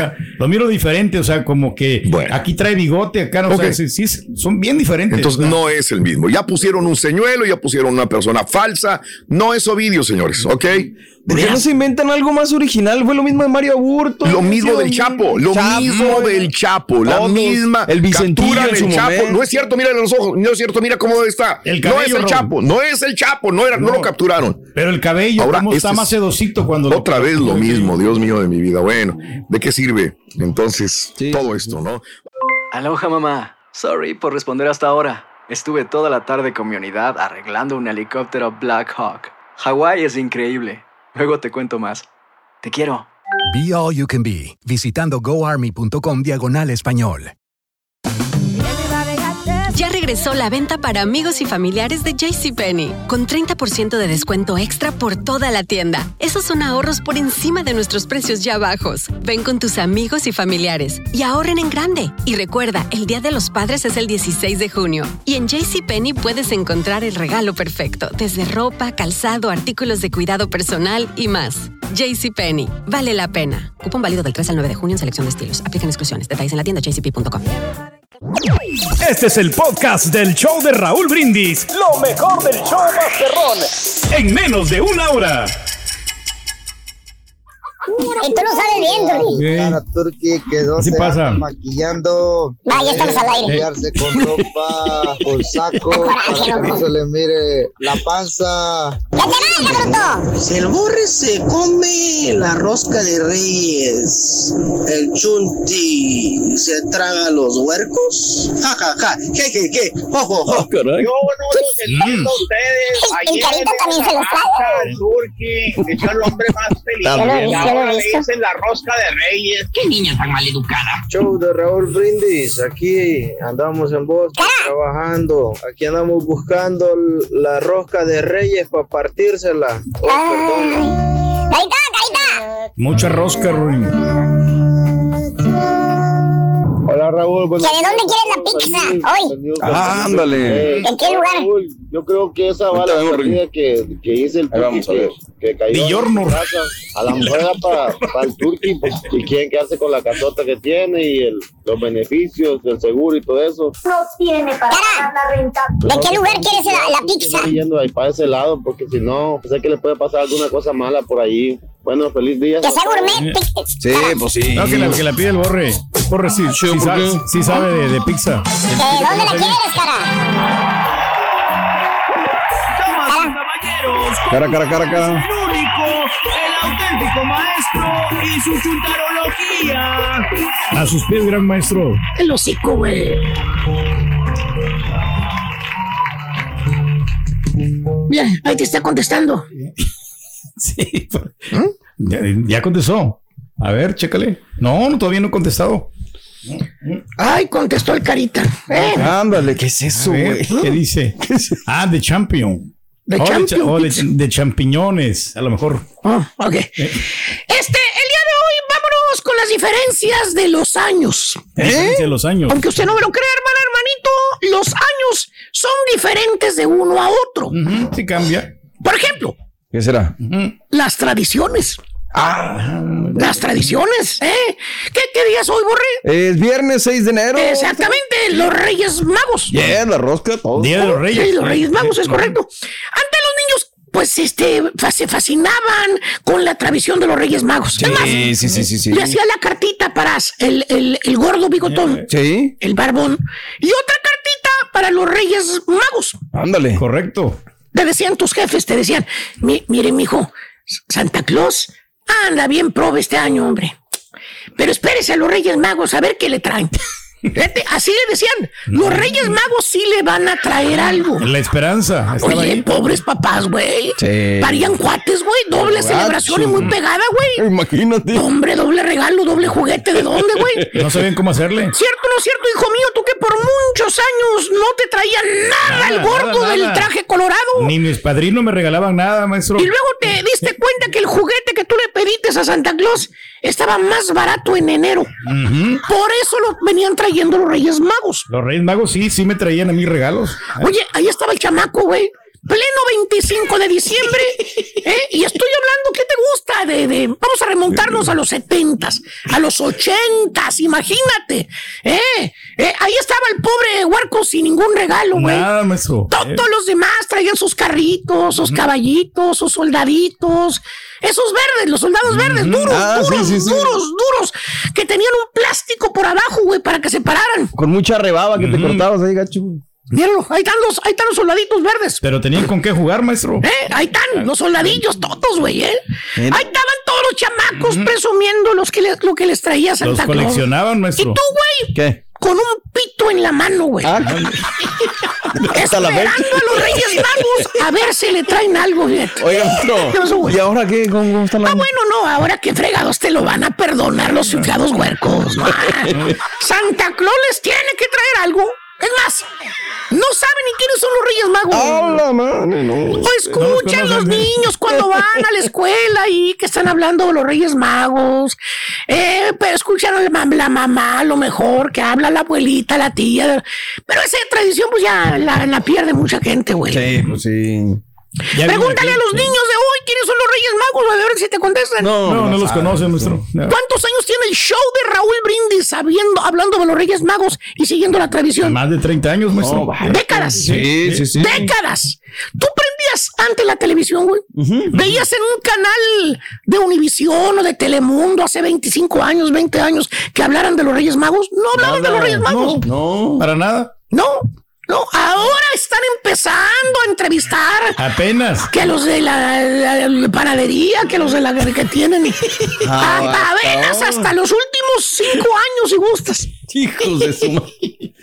Lo miro diferente, o sea, como que bueno. aquí trae bigote, acá no okay. sé, sí, sí, son bien diferentes. Entonces ¿no? no es el mismo. Ya pusieron un señuelo, ya pusieron una persona falsa. No es Ovidio, señores, ¿ok? ¿Por qué no se inventan algo más original? Fue lo mismo de Mario Aburto. Lo mismo del Chapo, lo Chapo, mismo del Chapo, la misma el captura del Chapo. Momento. No es cierto, mira los ojos, no es cierto, mira cómo está. El cabello, no es el Raúl. Chapo, no es el Chapo, no, era, no, no lo capturaron. Pero el cabello, ahora cómo este está más sedosito cuando otra lo vez lo mismo, Dios mío de mi vida. Bueno, ¿de qué sirve entonces sí. todo esto, no? Aloha, mamá. Sorry por responder hasta ahora. Estuve toda la tarde con mi unidad arreglando un helicóptero Black Hawk. Hawái es increíble. Luego te cuento más. Te quiero. Be All You Can Be, visitando goarmy.com diagonal español. Ya regresó la venta para amigos y familiares de JCPenney, con treinta por ciento de descuento extra por toda la tienda. Esos son ahorros por encima de nuestros precios ya bajos. Ven con tus amigos y familiares y ahorren en grande. Y recuerda, el Día de los Padres es el dieciséis de junio. Y en JCPenney puedes encontrar el regalo perfecto, desde ropa, calzado, artículos de cuidado personal y más. JCPenney, vale la pena. Cupón válido del tres al nueve de junio en selección de estilos. Aplican exclusiones. Detalles en la tienda j c p punto com. Este es el podcast del show de Raúl Brindis. Lo mejor del show Masterrón. En menos de una hora. Y tú no sales viendo. Sí. Cara, Turki quedó ¿Qué pasa? maquillando. Va, ya estamos al aire. Maquillarse con ropa, con saco, para que no se le mire la panza. ¡Ya te vaya, bruto! Si el borre se come la rosca de Reyes, el chunti se traga los huercos. Ja, ja, ja. ¿Qué, qué, qué? ¡Ojo, ojo! Yo no los entiendo a ustedes. El carita también se los trae. Turki, que yo el hombre más feliz. Ahora le dicen la rosca de Reyes. Qué niña tan maleducada. Show de Raúl Brindis. Aquí andamos en Boston trabajando. Aquí andamos buscando la rosca de Reyes para partírsela. Oh, perdón. ¡Carita, carita! Mucha rosca, Ruin. Hola, Raúl. ¿De dónde quieres la pizza hoy? Ah, ándale. ¿En qué lugar? Raúl, yo creo que esa va la partida que, que hice el turqui que, que cayó en su casa. A la mujer para pa el turqui pues, y quieren quedarse con la casota que tiene y el, los beneficios del seguro y todo eso. No tiene para pagar la renta. ¿De qué lugar quieres la, la pizza? Estoy yendo ahí para ese lado porque si no, sé que le puede pasar alguna cosa mala por ahí. Bueno, feliz día. Que sea gourmet. Sí, pues sí. No, que la, que la pide el borre. Borre sí, sí, sí, sabe, sí sabe de, de pizza. ¿De dónde la quieres, cara? Cara, cara, cara, cara. El único, el auténtico maestro y su chuntarología. A sus pies, gran maestro. El hocico, güey. Bien, ahí te está contestando. Sí. ¿Mm? Ya, ya contestó. A ver, chécale. No, no, todavía no ha contestado. Ay, contestó el carita. Eh. Ándale, ¿qué es eso, güey? ¿Qué dice? Ah, de Champion. De oh, Champion. De, oh, de, de champiñones, a lo mejor. Oh, ok. Eh. Este, el día de hoy vámonos con las diferencias de los años. ¿Eh? De los años. Aunque usted no me lo crea, hermana, hermanito, los años son diferentes de uno a otro. Uh-huh, sí cambia. Por ejemplo. ¿Qué será? Uh-huh. Las tradiciones. Ah, las tradiciones, ¿eh? ¿Qué, qué día es hoy, Borre? Es viernes seis de enero. Exactamente, los Reyes Magos. Yeah, la rosca, todo. Día de los Reyes. Sí, los Reyes Magos, es correcto. Antes los niños, pues, este, se fascinaban con la tradición de los Reyes Magos. Sí, Además, sí, sí, sí, sí. Le hacía la cartita para el, el, el gordo bigotón. Sí. El barbón. Y otra cartita para los Reyes Magos. Ándale. Correcto. Te decían tus jefes, te decían, mire, mijo, Santa Claus anda bien probe este año, hombre. Pero espérese a los Reyes Magos a ver qué le traen. Así le decían, los Reyes Magos sí le van a traer algo. La esperanza. Oye, ahí. pobres papás, güey. Sí. Parían cuates, güey. Doble Gacho. celebración y muy pegada, güey. Imagínate. Hombre, doble regalo, doble juguete. ¿De dónde, güey? No sabían cómo hacerle. ¿Cierto o no es cierto, hijo mío? Tú que por muchos años no te traían nada, nada el gordo nada, del nada. traje colorado. Ni mis padrinos me regalaban nada, maestro. Y luego te diste cuenta que el juguete que tú le pediste a Santa Claus estaba más barato en enero. Uh-huh. Por eso lo venían trayendo los Reyes Magos. Los Reyes Magos sí, sí me traían a mis regalos. Oye, ahí estaba el chamaco, güey. pleno veinticinco de diciembre, ¿eh? Y estoy hablando, ¿qué te gusta? De, de, vamos a remontarnos a los setentas, a los ochentas, imagínate, ¿eh? ¿eh? Ahí estaba el pobre huerco sin ningún regalo, güey. Nada, maestro. Todos eh. los demás traían sus carritos, sus caballitos, sus soldaditos. Esos verdes, los soldados verdes, duros, ah, duros, sí, sí, sí. duros, duros, que tenían un plástico por abajo, güey, para que se pararan. Con mucha rebaba que uh-huh. te cortabas ahí, gacho. Míralo, ahí están los, ahí están los soldaditos verdes. Pero tenían con qué jugar, maestro. ¿Eh? Ahí están los soldadillos todos, güey, ¿eh? Ahí estaban todos los chamacos uh-huh. presumiendo los que les, lo que les traía Santa Claus. Los coleccionaban, maestro. ¿Y tú, güey? ¿Qué? Con un pito en la mano, güey. Ah, esperando a los Reyes Magos a ver si le traen algo, güey. Oiga, no. ¿Y ahora qué? ¿Cómo, cómo está la... Ah, bueno, no, ahora qué fregados te lo van a perdonar los chiflados huercos. No. Santa Claus les tiene que traer algo. Es más, no saben ni quiénes son los Reyes Magos. ¡Oh, la madre, no! O escuchan no los niños cuando van a la escuela y que están hablando de los Reyes Magos. Eh, pero escuchan a la, la mamá, a lo mejor, que habla la abuelita, la tía. Pero esa tradición, pues ya la, la pierde mucha gente, güey. Sí, pues sí. Ya Pregúntale a los niños de hoy quiénes son los Reyes Magos, a ver si te contestan. No, no, no los conocen, maestro. No. ¿Cuántos años tiene el show de Raúl Brindis sabiendo, hablando de los Reyes Magos y siguiendo la tradición? Más de treinta años, maestro. No, décadas. Sí, sí, sí. Décadas. Tú prendías ante la televisión, güey. Uh-huh. Veías en un canal de Univisión o de Telemundo hace veinticinco años, veinte años que hablaran de los Reyes Magos. No hablaban nada, de los Reyes Magos. No, no, para nada. No. No, ahora están empezando a entrevistar. Apenas. Que los de la, la, la panadería, que los de la que tienen. Ah, apenas hasta, hasta los últimos cinco años, si gustas. Hijos de su madre.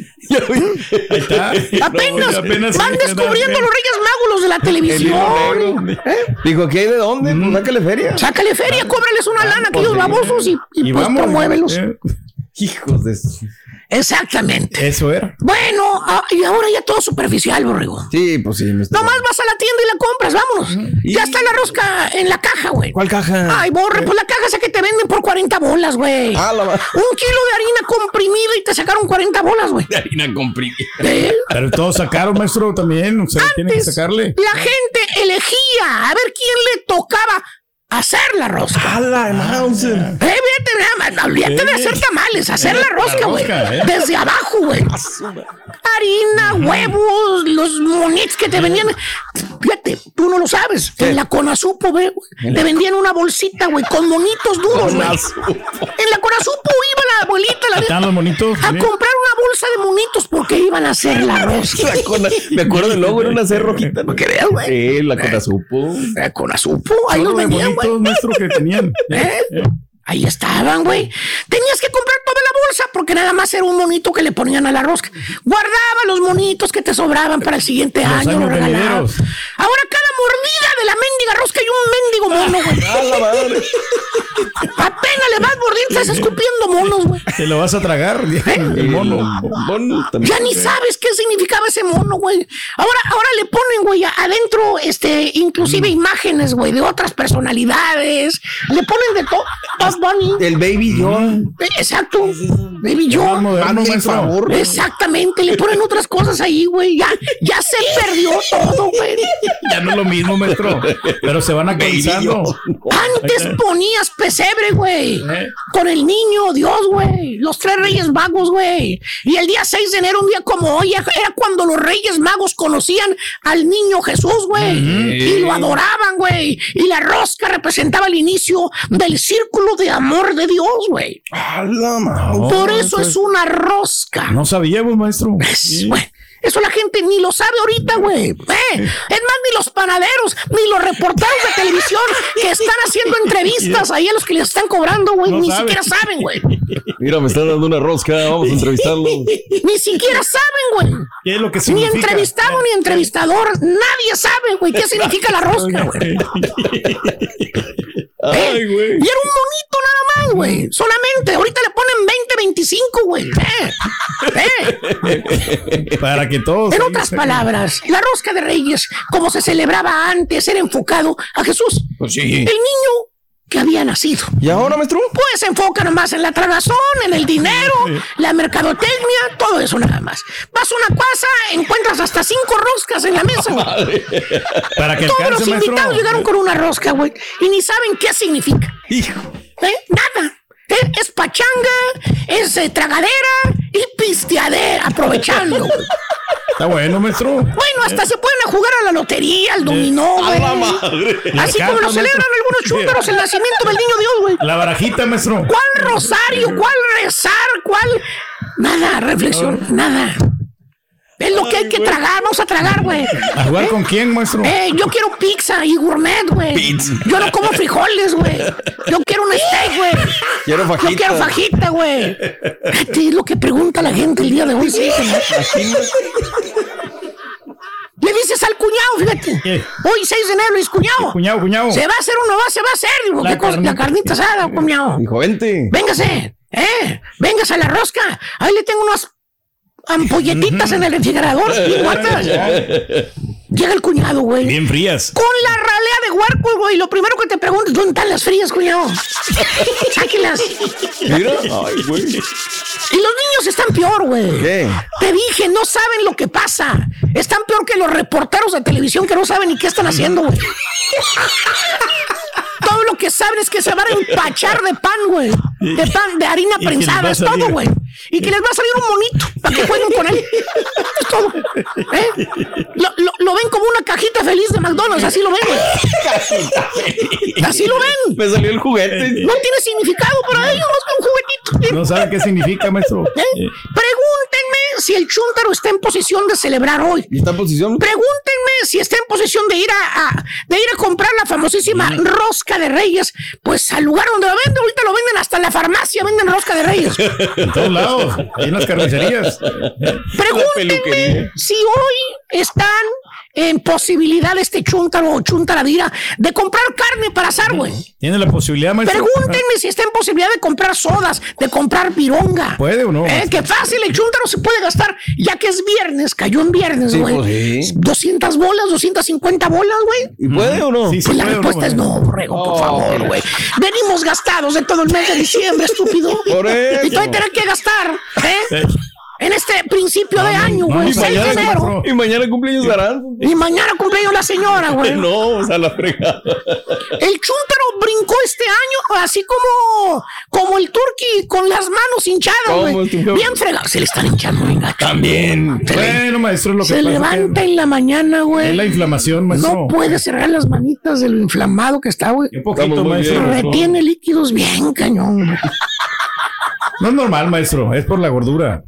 Ahí está. Apenas, no, apenas van descubriendo los Reyes Magos, los de la televisión. ¿Eh? Digo, ¿qué hay de dónde? Mm. Sácale feria. Sácale feria, cóbrales una lana a aquellos babosos y, y, y pues vamos, promuévelos. Eh. Hijos de su... Exactamente. Eso era. Bueno, ah, y ahora ya todo superficial, borrego. Sí, pues sí. Me Nomás vas a la tienda y la compras, vámonos. ¿Y? Ya está la rosca en la caja, güey. ¿Cuál caja? Ay, borre, pues la caja esa que te venden por cuarenta bolas, güey. Ah, la... Un kilo de harina comprimida y te sacaron cuarenta bolas, güey. De harina comprimida. ¿Eh? Pero todos sacaron, maestro, también. O sea, Antes, tienen que sacarle. La gente elegía a ver quién le tocaba hacer la rosca. ¡A la mouse! Eh, fíjate, nada más, olvídate eh. de hacer tamales, hacer la rosca, güey. Eh. Desde abajo, güey. Harina, uh-huh. huevos, los monitos que te vendían. Fíjate, tú no lo sabes. ¿Qué? En la Conasupo, güey, te vendían una bolsita, güey, con monitos duros, güey. En la Conasupo iba la abuelita la de, los monitos, a comprar una bolsa de monitos porque iban a hacer la rosca. La cona, me acuerdo del logo, era una C rojita. ¿No creas, güey? Sí, la Conasupo. La Conasupo, ahí los vendían, güey. Nuestro que tenían. ¿Eh? ¿Eh? Ahí estaban, güey. Tenías que comprar toda la bolsa porque nada más era un monito que le ponían a la rosca. Guardaba los monitos que te sobraban para el siguiente los año, lo regalaba. Ahora cada mordida de la mendiga rosca hay un mendigo mono, güey. Apenas le vas mordiendo, estás escupiendo monos, güey. Te lo vas a tragar, ¿eh? El mono. mono ya ni sabes qué significaba ese mono, güey. Ahora, ahora le ponen, güey, adentro, este, inclusive mm. imágenes, güey, de otras personalidades. Le ponen de todo. Bunny. El Baby John. Exacto. Baby John. Moderno, por favor. Exactamente. Le ponen otras cosas ahí, güey. Ya, ya se perdió todo, güey. Ya no es lo mismo, maestro. Pero se van actualizando. Antes ponías pesebre, güey. ¿Eh? Con el niño Dios, güey. Los tres Reyes Magos, güey. Y el día seis de enero, un día como hoy, era cuando los Reyes Magos conocían al niño Jesús, güey. Mm-hmm. Y lo adoraban, güey. Y la rosca representaba el inicio del círculo de amor de Dios, güey. No, Por eso pues, es una rosca. No sabíamos, maestro. Es, sí. Güey, eso la gente ni lo sabe ahorita, güey. Eh, es más, ni los panaderos, ni los reporteros de televisión que están haciendo entrevistas ahí a los que les están cobrando, güey, no ni sabe. siquiera saben, güey. Mira, me están dando una rosca, vamos a entrevistarlo. Ni siquiera saben, güey. ¿Qué es lo que ni significa? Ni entrevistado, ni entrevistador. Nadie sabe, güey, qué significa la rosca, güey. Ay, güey. Y era un monito nada más, güey. Solamente. Ahorita le ponen veinte, veinticinco, güey. Eh. Eh. Para que todos. En otras palabras, la rosca de Reyes, como se celebraba antes, era enfocado a Jesús. Pues sí. El niño que había nacido. ¿Y ahora, maestro? Pues se enfoca nomás en la tragazón, en el dinero, la mercadotecnia, todo eso nada más. Vas a una casa, encuentras hasta cinco roscas en la mesa, güey. Para que Todos alcance, los invitados maestro. llegaron con una rosca, güey, y ni saben qué significa. Hijo. ¿Eh? Nada. ¿Eh? Es pachanga, es eh, tragadera y pisteadera, aprovechando, güey. Está bueno, maestro. Bueno, hasta se pueden jugar a la lotería, al dominó, güey. A la madre. Así La como lo carta, celebran maestro. algunos chúntaros el nacimiento del niño Dios, güey. La barajita, maestro. ¿Cuál rosario? ¿Cuál rezar? ¿Cuál? Nada, reflexión, nada. Es lo que hay que tragar, vamos a tragar, güey. ¿A jugar con quién, maestro? Eh, yo quiero pizza y gourmet, güey. Pizza. Yo no como frijoles, güey. Yo quiero un steak, güey. Quiero fajita. Yo quiero fajita, güey. Fíjate, es lo que pregunta la gente el día de hoy, sí. Le dices al cuñado, fíjate. ¿Qué? Hoy seis de enero, es cuñado. Cuñado, cuñado. ¿Se va a hacer o no va? Se va a hacer. Digo, La ¿qué cosa? carnita. La carnita asada, cuñado. Hijo, vente. Véngase, ¿eh? Véngase a la rosca. Ahí le tengo unas ampolletitas en el refrigerador. Bien guardadas. Llega el cuñado, güey. Bien frías. Con la ralea de huerco, güey. Lo primero que te pregunto, ¿dónde están las frías, cuñado? Sáquelas. Mira. Ay, güey. Y los niños están peor, güey. ¿Qué? Te dije, no saben lo que pasa. Están peor que los reporteros de televisión que no saben ni qué están haciendo, güey. Todo lo que saben es que se van a empachar de pan, güey. De pan, de harina Y que les prensada, va a es todo, salir. güey. Y que les va a salir un monito para que jueguen con él. Es todo. ¿Eh? Lo, lo, lo ven como una cajita feliz de McDonald's, así lo ven, güey. Así lo ven. Me salió el juguete. No tiene significado para ellos, más que un juguetito. No sabe qué significa, maestro. ¿Eh? Pregúntenme si el chúntaro está en posición de celebrar hoy. ¿Y está en posición? Pregúntenme si está en posición de ir a, a- de ir a comprar la famosísima rosca de Reyes, pues al lugar donde lo venden. Ahorita lo venden hasta en la farmacia, venden rosca de Reyes. En todos lados. Ahí en las carnicerías. Pregúntenme si hoy están en posibilidad este chúntaro o chúntaradira de comprar carne para asar, güey. Tiene la posibilidad, maestro. Pregúntenme si está en posibilidad de comprar sodas, de comprar pironga. ¿Puede o no? Eh, qué fácil, el chúntaro se puede gastar, ya que es viernes, cayó en viernes, Sí, güey. pues sí. doscientas bolas, doscientas cincuenta bolas, güey. ¿Y puede o no? Sí, sí Pues la puede o respuesta es no, borrego, por Oh. favor, güey. Venimos gastados de todo el mes de diciembre, estúpido. Por eso. Y todavía tener que gastar, ¿eh? Eh, En este principio de año, no, güey, y seis de mañana, enero. maestro. Y mañana cumpleaños darán. Y mañana cumpleaños la señora, güey. No, o sea, la fregada. El chúntaro brincó este año, así como, como el turqui con las manos hinchadas, ¿Cómo, güey. estúpido? Bien fregado. Se le están hinchando, venga. También. Bueno, maestro, es lo que Se pasa. levanta en la mañana, Es güey. la inflamación, maestro. No puede cerrar las manitas de lo inflamado que está, güey. Un poquito, Estamos muy maestro. bien. Retiene líquidos bien, cañón, güey. No es normal, maestro. Es por la gordura.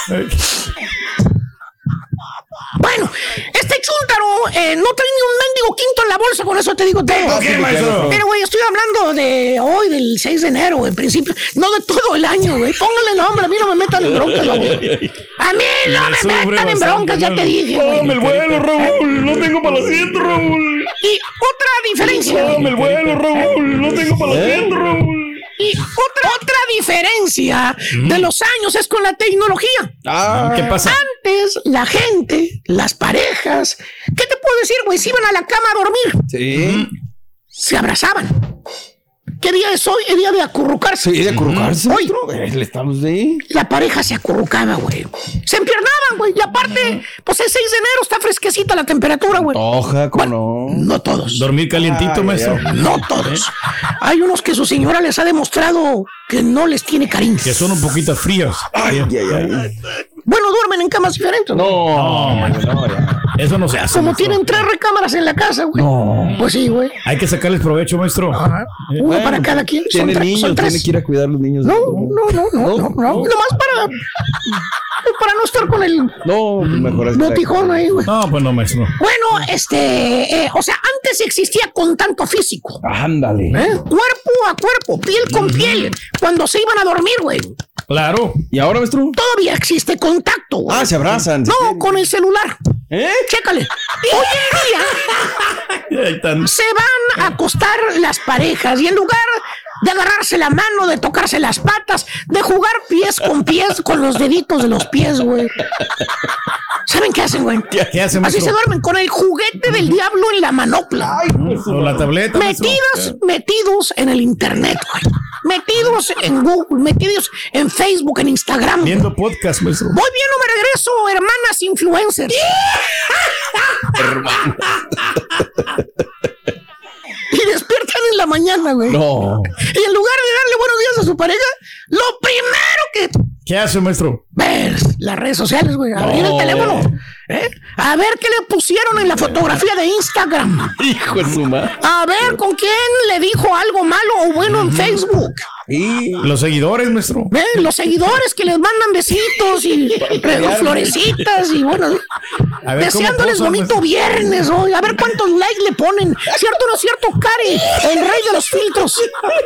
Bueno, este chúntaro eh, no trae ni un mendigo quinto en la bolsa, con eso te digo todo. ¿Por qué, maestro? Pero, güey, estoy hablando de hoy, del seis de enero, en principio, no de todo el año, güey. Póngale nombre, a mí no me metan en broncas, güey. A mí no Me me sufre metan en bastante, broncas, ya ¿no? te dije, güey. Dame el vuelo, Raúl. No tengo para el asiento, Raúl. Y otra diferencia. Dame el vuelo, Raúl. No tengo para el asiento, Raúl. Y otra, otra diferencia de los años es con la tecnología. Ah, ¿Qué pasa? Antes, la gente, las parejas, ¿qué te puedo decir, güey? Se iban a la cama a dormir, sí. se abrazaban. ¿Qué día es hoy? El día de acurrucarse. Sí, de acurrucarse. Hoy, Le estamos de. la pareja se acurrucaba, güey. Se empiernaban, güey. Y aparte, pues el seis de enero está fresquecita la temperatura, güey. Oja, ¿cómo no? No todos. Dormir calientito, Ay, maestro. No todos. Hay unos que su señora les ha demostrado que no les tiene cariño. Que son un poquito fríos. Ay, ay, ay. Bueno, duermen en camas diferentes. güey. No, no, no, ya. Eso no se hace. Como maestro. tienen tres recámaras en la casa, güey. No. Pues sí, güey. Hay que sacarles provecho, maestro. Eh, Uno para cada quien. Son, Tiene tres, niños, son tres. tiene que ir a cuidar a los niños. No, no, no, no, no, no. Nomás para. Para no estar con el No, pues mejor así. botijón ahí, güey. No, pues no, maestro. Bueno, este. eh, o sea, antes existía contacto físico. Ándale. ¿eh? Cuerpo a cuerpo, piel con piel. Cuando se iban a dormir, güey. Claro. ¿Y ahora, maestro? Todavía existe contacto, güey. Ah, se abrazan. No, con el celular. ¿Eh? Chécale. Hoy en día Ahí están. se van a acostar las parejas y en lugar de agarrarse la mano, de tocarse las patas, de jugar pies con pies con los deditos de los pies, güey. ¿Saben qué hacen, güey? ¿Qué, qué hacen, Así maestro? se duermen con el juguete del diablo en la manopla. Ay, pues, o la tableta. Metidos, maestro. metidos en el internet, güey. Metidos en Google, metidos en Facebook, en Instagram. Viendo podcast, maestro. Voy bien o me regreso, hermanas influencers. Hermano. Y despiertan en la mañana, güey. No. Y en lugar de darle buenos días a su pareja, lo primero que... ¿Qué hace, maestro? Ver las redes sociales, güey. Abrir No. el teléfono. ¿eh? A ver qué le pusieron en la fotografía de Instagram. Hijo de su madre. A ver con quién le dijo algo malo o bueno en Facebook. Y los seguidores, maestro. ¿Ven? Los seguidores que les mandan besitos y re- florecitas y bueno, A ver, deseándoles ¿cómo posan, bonito maestro? viernes, hoy. A ver cuántos likes le ponen. ¿Cierto o no es cierto, Cari? El rey de los filtros.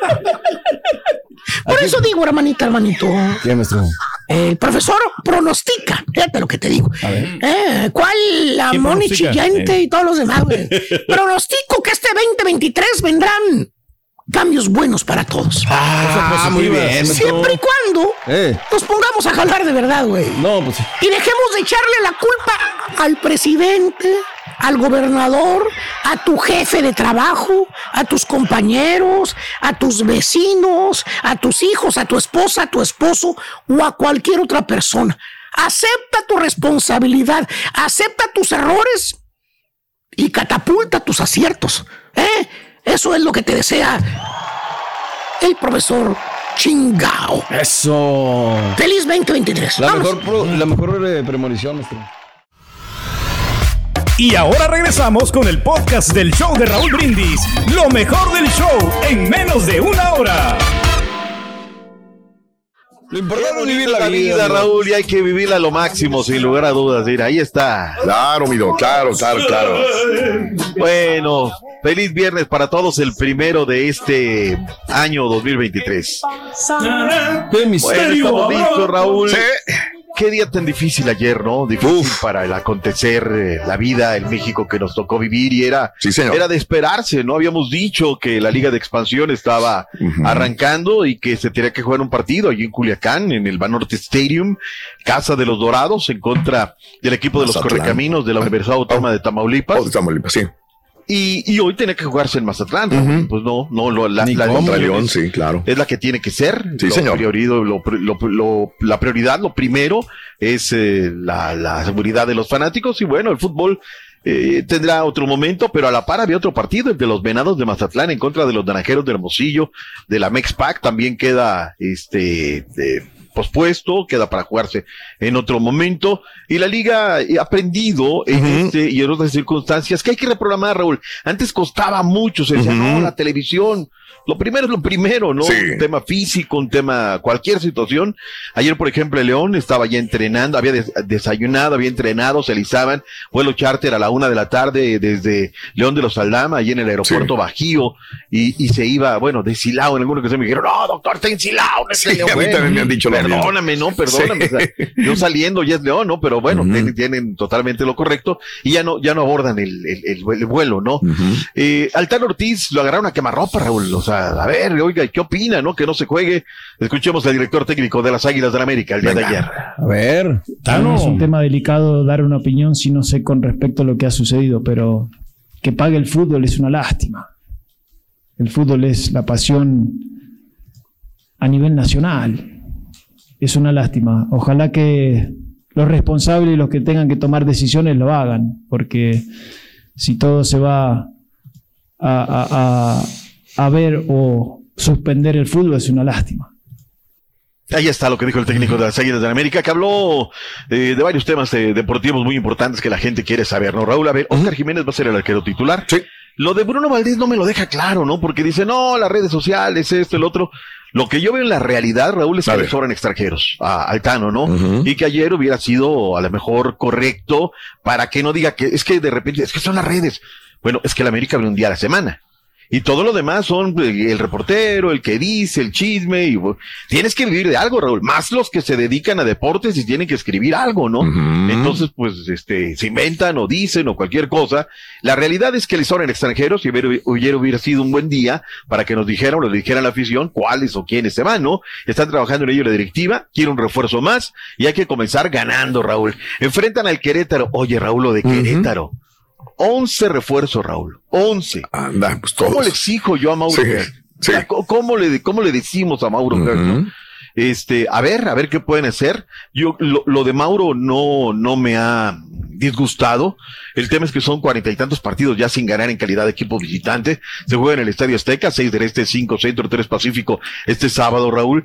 Por eso digo, hermanita, hermanito. ¿Qué, maestro? El profesor pronostica, fíjate lo que te digo. A ver. Eh, ¿Cuál? La ¿Quién Moni pronostica? Chillante Eh. y todos los demás, güey. Pronostico que este veinte veintitrés vendrán cambios buenos para todos. Ah, muy bien, maestro. Siempre y cuando Eh. nos pongamos a jalar de verdad, güey. No, pues. Y dejemos de echarle la culpa al presidente, al gobernador, a tu jefe de trabajo, a tus compañeros, a tus vecinos, a tus hijos, a tu esposa, a tu esposo o a cualquier otra persona. Acepta tu responsabilidad, acepta tus errores y catapulta tus aciertos. ¿eh? Eso es lo que te desea el profesor Chingao. Eso. Feliz veinte veintitrés. La Vamos. mejor, pro- la mejor eh, premonición, maestro. Y ahora regresamos con el podcast del show de Raúl Brindis. Lo mejor del show en menos de una hora. Lo importante es vivir la vida, Raúl, y hay que vivirla a lo máximo, sin lugar a dudas. Mira, ahí está. Claro, mi don, claro, claro, claro. Bueno, feliz viernes para todos, el primero de este año dos mil veintitrés. ¡Qué misterio! Bueno, estamos listos, Raúl. Sí. Qué día tan difícil ayer, ¿no? Difícil Uf. para el acontecer, eh, la vida, el México que nos tocó vivir y era, Sí, señor. era de esperarse, ¿no? Habíamos dicho que la Liga de Expansión estaba Ujú. arrancando y que se tenía que jugar un partido allí en Culiacán, en el Banorte Stadium, Casa de los Dorados, en contra del equipo de los Mazatlán. Correcaminos de la Universidad Autónoma de Tamaulipas. Oh, de Tamaulipas, sí. Y, y hoy tenía que jugarse en Mazatlán. Ujú. Pues no, no, lo, la, Ni la Contra decisión León, es- sí, claro. es la que tiene que ser. Sí, lo señor. priorido- lo, lo- lo- la prioridad, lo primero es eh, la, la seguridad de los fanáticos y bueno, el fútbol eh, tendrá otro momento, pero a la par había otro partido, el de los Venados de Mazatlán en contra de los Naranjeros de Hermosillo, de la Mexpac, también queda este de- pospuesto, queda para jugarse en otro momento, y la liga ha aprendido en Ujú. este y en otras circunstancias que hay que reprogramar, Raúl. Antes costaba mucho, se decía, Ujú. no, la televisión, lo primero es lo primero, ¿no? Sí. Un tema físico, un tema, cualquier situación. Ayer, por ejemplo, el León estaba ya entrenando, había des- desayunado, había entrenado, se alisaban, vuelo charter a la una de la tarde desde León de los Aldama, allí en el aeropuerto Sí. Bajío, y, y se iba, bueno, de Silao, en alguna que se me dijeron, no, doctor, está en Silao, no es Sí, el León. a mí también me han dicho lo mismo. Perdóname, no, perdóname. Sí. o sea, yo saliendo ya es León, ¿no? Pero bueno, Ujú. tienen, tienen totalmente lo correcto y ya no, ya no abordan el, el, el, el vuelo, ¿no? Ujú. Eh, Altán Ortiz lo agarraron a quemarropa, Raúl. O sea, a ver, oiga, ¿qué opina, no? Que no se juegue. Escuchemos al director técnico de las Águilas del América el día Venga. de ayer. A ver. Tano. Es un tema delicado dar una opinión si no sé con respecto a lo que ha sucedido, pero que pague el fútbol es una lástima. El fútbol es la pasión a nivel nacional. Es una lástima. Ojalá que los responsables y los que tengan que tomar decisiones lo hagan, porque si todo se va a, a- a- a ver o suspender el fútbol es una lástima. Ahí está lo que dijo el técnico de las Águilas del América, que habló eh, de varios temas eh, deportivos muy importantes que la gente quiere saber, ¿no, Raúl? A ver, Oscar Jiménez va a ser el arquero titular. Sí. Lo de Bruno Valdés no me lo deja claro, ¿no? Porque dice, no, las redes sociales, esto, el otro. Lo que yo veo en la realidad, Raúl, es A que le ver. sobran extranjeros a Altano, ¿no? Ujú. Y que ayer hubiera sido a lo mejor correcto para que no diga que es que de repente, es que son las redes. Bueno, es que el América abre un día a la semana. Y todo lo demás son el reportero, el que dice, el chisme, y bueno, tienes que vivir de algo, Raúl, más los que se dedican a deportes y tienen que escribir algo, ¿no? Uh-huh. Entonces, pues, este, se inventan o dicen o cualquier cosa. La realidad es que le son en extranjeros y hubiera, hubiera, hubiera sido un buen día para que nos dijeran o le dijeran a la afición cuáles o quiénes se van, ¿no? Están trabajando en ello la directiva, quiere un refuerzo más y hay que comenzar ganando, Raúl. Enfrentan al Querétaro. Oye, Raúl, lo de Querétaro. Uh-huh. once refuerzos, Raúl. once. Anda, pues todos. ¿Cómo le exijo yo a Mauro? Sí, sí. ¿Cómo le, cómo le decimos a Mauro? Uh-huh. ¿no? Este, a ver, a ver qué pueden hacer. Yo, lo, lo de Mauro no, no me ha disgustado. El tema es que son cuarenta y tantos partidos ya sin ganar en calidad de equipo visitante. Se juega en el Estadio Azteca, seis del Este, cinco Centro, tres Pacífico, este sábado, Raúl.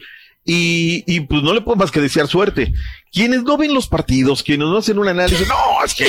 Y, y pues no le puedo más que desear suerte. Quienes no ven los partidos, quienes no hacen un análisis, no, es que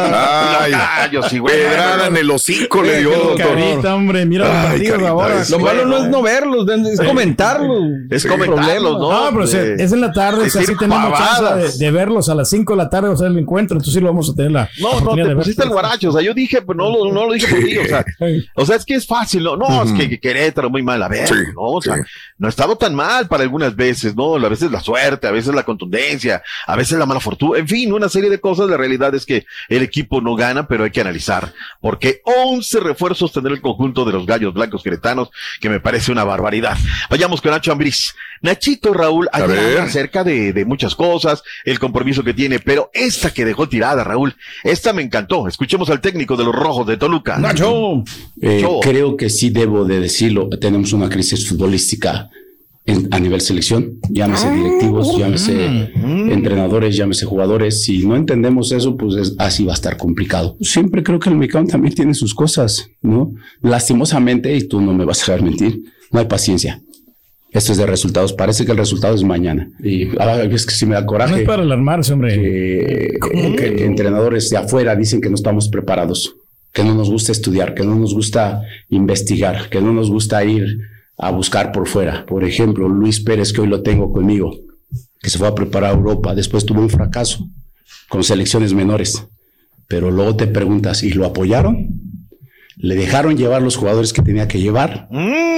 ay, gallos, y güey, pedrada en el hocico le dio, carita, hombre, mira los partidos ahora. Lo malo no es no verlos, es comentarlos. Es comentarlos, ¿no? No, pero de, es en la tarde, o sea, sí tenemos chance de, de verlos a las cinco de la tarde, o sea, el encuentro, entonces sí lo vamos a tener la No, no, te pusiste el guaracho, o sea, yo dije, pero no, no, no lo dije por ti, o sea, o sea, es que es fácil, no, no, uh-huh. es que Querétaro muy mal, a ver, sí, no, o sea, sí. no ha estado tan mal para algunas veces, ¿no? A veces la suerte, a veces la contundencia, a veces la mala fortuna, en fin, una serie de cosas. La realidad es que el equipo no gana, pero hay que analizar, porque once refuerzos tendrá el conjunto de los Gallos Blancos queretanos, que me parece una barbaridad. Vayamos con Nacho Ambriz. Nachito, Raúl, habla acerca de, de muchas cosas, el compromiso que tiene, pero esta que dejó tirada, Raúl, esta me encantó. Escuchemos al técnico de los Rojos de Toluca. Nacho. Eh, creo que sí debo de decirlo, tenemos una crisis futbolística En, a nivel selección, llámese directivos, llámese mm. entrenadores, llámese jugadores. Si no entendemos eso, pues es, así va a estar complicado. Siempre creo que el mexicano también tiene sus cosas, ¿no? Lastimosamente, y tú no me vas a dejar mentir, no hay paciencia. Esto es de resultados. Parece que el resultado es mañana. Y a veces que sí me da coraje. No es para alarmarse, hombre. Que, que entrenadores de afuera dicen que no estamos preparados, que no nos gusta estudiar, que no nos gusta investigar, que no nos gusta ir a buscar por fuera. Por ejemplo, Luis Pérez, que hoy lo tengo conmigo, que se fue a preparar a Europa, después tuvo un fracaso con selecciones menores, pero luego te preguntas, ¿y lo apoyaron? ¿Le dejaron llevar los jugadores que tenía que llevar?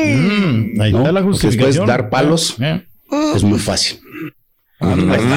Mm, ahí ¿no? está la justificación. Después dar palos yeah, yeah. es muy fácil. Ah,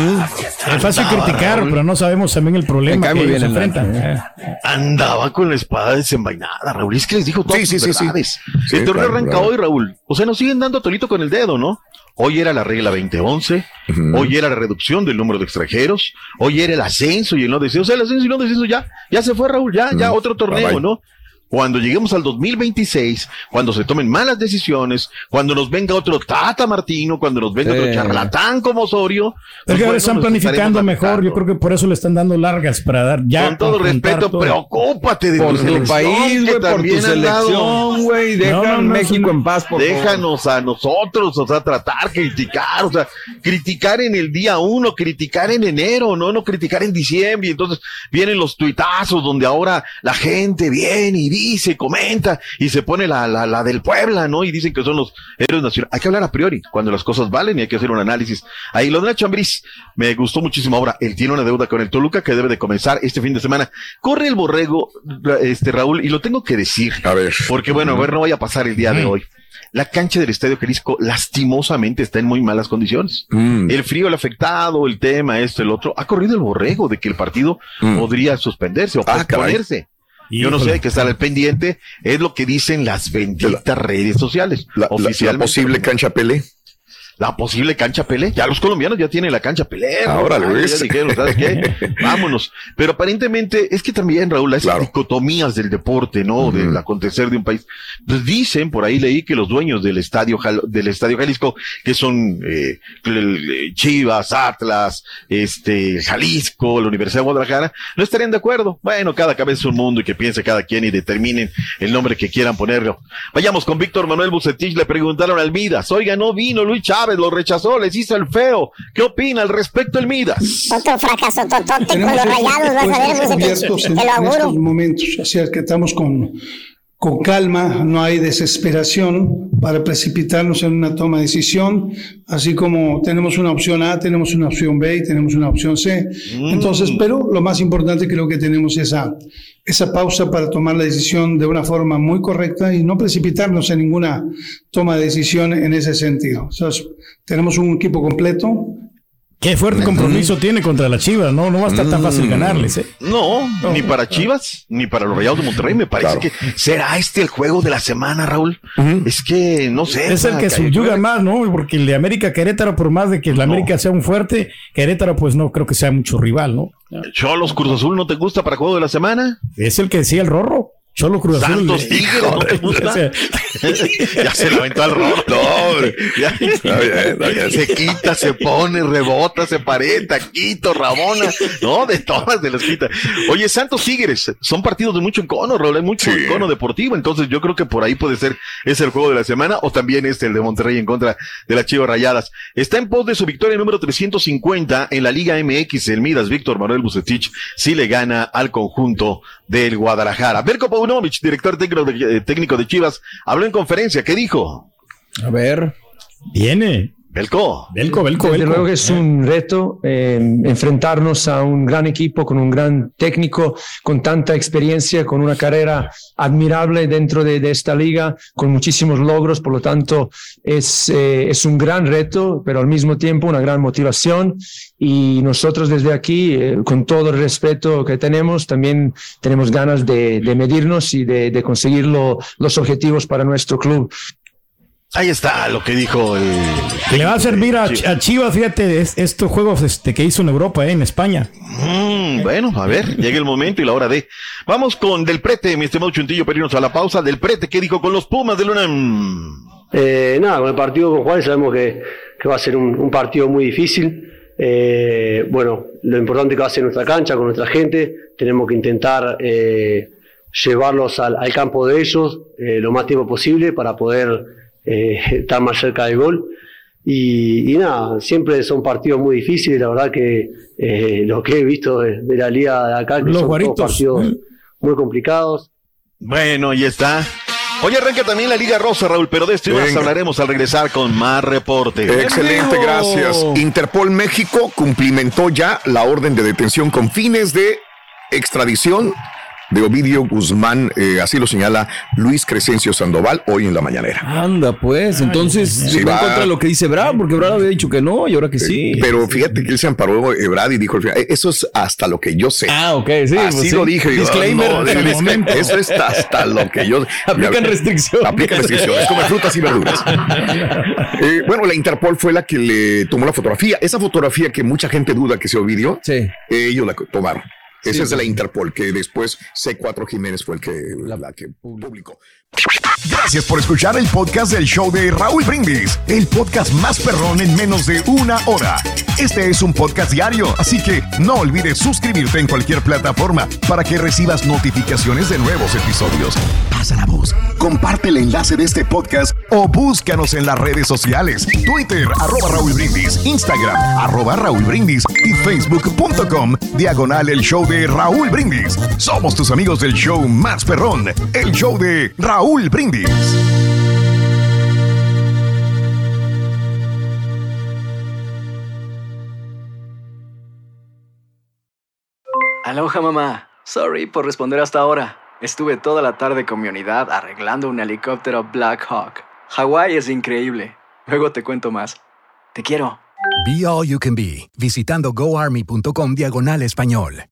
es fácil criticar, pero no sabemos también el problema que ellos se enfrentan. Andaba con la espada desenvainada, Raúl. Es que les dijo todas sí, sus sí, verdades. Sí, sí. El torneo claro, arranca claro. hoy, Raúl. O sea, nos siguen dando tolito con el dedo, ¿no? Hoy era la regla veinte once, uh-huh. hoy era la reducción del número de extranjeros, hoy era el ascenso y el no descenso. O sea, el ascenso y el no descenso ya, ya se fue, Raúl, ya, uh-huh. ya otro torneo, bye, bye. ¿no? Cuando lleguemos al dos mil veintiséis, cuando se tomen malas decisiones, cuando nos venga otro Tata Martino, cuando nos venga eh. otro charlatán como Osorio. Es que ahora están planificando mejor, yo creo que por eso le están dando largas para dar ya. Con todo respeto, todo. Preocúpate de por tu país, güey, por tu selección, güey, deja no, no, no, México no, en paz, por déjanos favor. A nosotros, o sea, tratar, criticar, o sea, criticar en el día uno, criticar en enero, no, no criticar en diciembre, y entonces vienen los tuitazos donde ahora la gente viene y viene y se comenta y se pone la, la, la del Puebla, ¿no? Y dicen que son los héroes nacionales. Hay que hablar a priori, cuando las cosas valen y hay que hacer un análisis. Ahí lo de Nacho Ambriz, me gustó muchísimo. Ahora, él tiene una deuda con el Toluca que debe de comenzar este fin de semana. Corre el borrego, este Raúl, y lo tengo que decir. A ver. Porque bueno, a ver, no vaya a pasar el día mm. de hoy. La cancha del Estadio Jalisco lastimosamente está en muy malas condiciones. Mm. El frío, el afectado, el tema, esto, el otro. Ha corrido el borrego de que el partido mm. podría suspenderse o ah, posponerse. Yo no sé, hay que estar al pendiente. Es lo que dicen las benditas la, redes sociales. La, la, la posible cancha Pelé. La posible cancha Pelé. Ya los colombianos ya tienen la cancha Pelé. Ahora lo ves. Ya dijeron, ¿sabes qué? Vámonos. Pero aparentemente, es que también, Raúl, las claro. dicotomías del deporte, ¿no? Uh-huh. Del acontecer de un país. Pues dicen, por ahí leí que los dueños del estadio, del estadio Jalisco, que son, eh, Chivas, Atlas, este, Jalisco, la Universidad de Guadalajara, no estarían de acuerdo. Bueno, cada cabeza es un mundo y que piense cada quien y determinen el nombre que quieran ponerlo. Vayamos con Víctor Manuel Bucetich. Le preguntaron al Midas, oiga, no vino Luis Chávez, lo rechazó, les hizo el feo. ¿Qué opina al respecto el Midas? Otro fracaso totote con los Rayados, vas a ver, Bucetich, te lo auguro. En estos momentos, así es que estamos con, con calma, no hay desesperación para precipitarnos en una toma de decisión, así como tenemos una opción A, tenemos una opción B y tenemos una opción C. Entonces, pero lo más importante creo que tenemos esa, esa pausa para tomar la decisión de una forma muy correcta y no precipitarnos en ninguna toma de decisión en ese sentido. Entonces, tenemos un equipo completo. Qué fuerte compromiso mm. tiene contra las Chivas, ¿no? No va a estar tan fácil ganarles, ¿eh? No, no, ni para Chivas, ni para los Rayados de Monterrey. Me parece claro. que será este el juego de la semana, Raúl. Uh-huh. Es que, no sé. Es el que subyuga más, ¿no? Porque el de América Querétaro, por más de que el no. América sea un fuerte, Querétaro, pues no creo que sea mucho rival, ¿no? Cholos Cruz Azul, ¿no te gusta para juego de la semana? Es el que decía el Rorro. Cholo Cruz Azul. Santos Tigres, ¿no te gusta? Ya se lo aventó al Rorro. No, ya, está bien, está bien. Se quita, se pone, rebota, se pareta, quito, rabona. No, de todas se los quita. Oye, Santos Tigres, son partidos de mucho encono, Raúl, hay mucho sí. encono deportivo, entonces yo creo que por ahí puede ser ese el juego de la semana, o también este, el de Monterrey en contra de las Chivas Rayadas. Está en pos de su victoria número trescientos cincuenta en la Liga M X, el Midas, Víctor Manuel Bucetich, sí le gana al conjunto del Guadalajara. Verko Paunovic, director técnico de, eh, técnico de Chivas, habló en conferencia. ¿Qué dijo? A ver. Viene. Belko. Belko, Belko, Desde Belko. luego es un reto eh, enfrentarnos a un gran equipo con un gran técnico, con tanta experiencia, con una carrera admirable dentro de, de esta liga, con muchísimos logros. Por lo tanto, es, eh, es un gran reto, pero al mismo tiempo una gran motivación. Y nosotros desde aquí, eh, con todo el respeto que tenemos, también tenemos ganas de, de medirnos y de, de conseguir lo, los objetivos para nuestro club. Ahí está lo que dijo el... Le va a servir a, a Chivas, fíjate, es, estos juegos este, que hizo en Europa, eh, en España. Mm, bueno, a ver, llega el momento y la hora de... Vamos con Del Prete, mi estimado Chuntillo, para irnos a la pausa. Del Prete, ¿qué dijo con los Pumas de Luna? Eh, nada, con el partido con Juárez sabemos que, que va a ser un, un partido muy difícil. Eh, bueno, lo importante que va a ser nuestra cancha, con nuestra gente. Tenemos que intentar eh, llevarlos al, al campo de ellos eh, lo más tiempo posible para poder... Eh, estar más cerca del gol y, y nada, siempre son partidos muy difíciles, la verdad que eh, lo que he visto de, de la liga de acá, que los son guaritos. todos partidos muy complicados. Bueno, y está. Hoy arranca también la Liga Rosa, Raúl, pero de esto y más hablaremos al regresar con más reporte. Excelente, gracias. Interpol México cumplimentó ya la orden de detención con fines de extradición de Ovidio Guzmán, eh, así lo señala Luis Crescencio Sandoval hoy en la mañanera. Anda, pues, entonces sí, va en contra de lo que dice Brad, porque Brad había dicho que no y ahora que sí. Eh, pero fíjate que él se amparó, eh, Brad, y dijo, eso es hasta lo que yo sé. Ah, ok, sí. Así pues, lo sí. dije. Disclaimer. No, de disclaimer eso es hasta lo que yo... Aplican restricciones. Aplican restricciones, come frutas y verduras. eh, bueno, la Interpol fue la que le tomó la fotografía. Esa fotografía que mucha gente duda que sea Ovidio, sí. eh, ellos la tomaron. Esa Sí, es de la sí. Interpol, que después C cuatro Jiménez fue el que la, la que publicó. Gracias por escuchar el podcast del show de Raúl Brindis, el podcast más perrón en menos de una hora. Este es un podcast diario, así que no olvides suscribirte en cualquier plataforma para que recibas notificaciones de nuevos episodios. Pasa la voz, comparte el enlace de este podcast o búscanos en las redes sociales. Twitter, arroba Raúl Brindis, Instagram, arroba Raúl Brindis y Facebook.com, diagonal el show de Raúl Brindis. Somos tus amigos del show más perrón, el show de Raúl Brindis. Aloha, mamá. Sorry por responder hasta ahora. Estuve toda la tarde con mi unidad arreglando un helicóptero Black Hawk. Hawái es increíble. Luego te cuento más. Te quiero. Be All You Can Be, visitando goarmy.com diagonal español.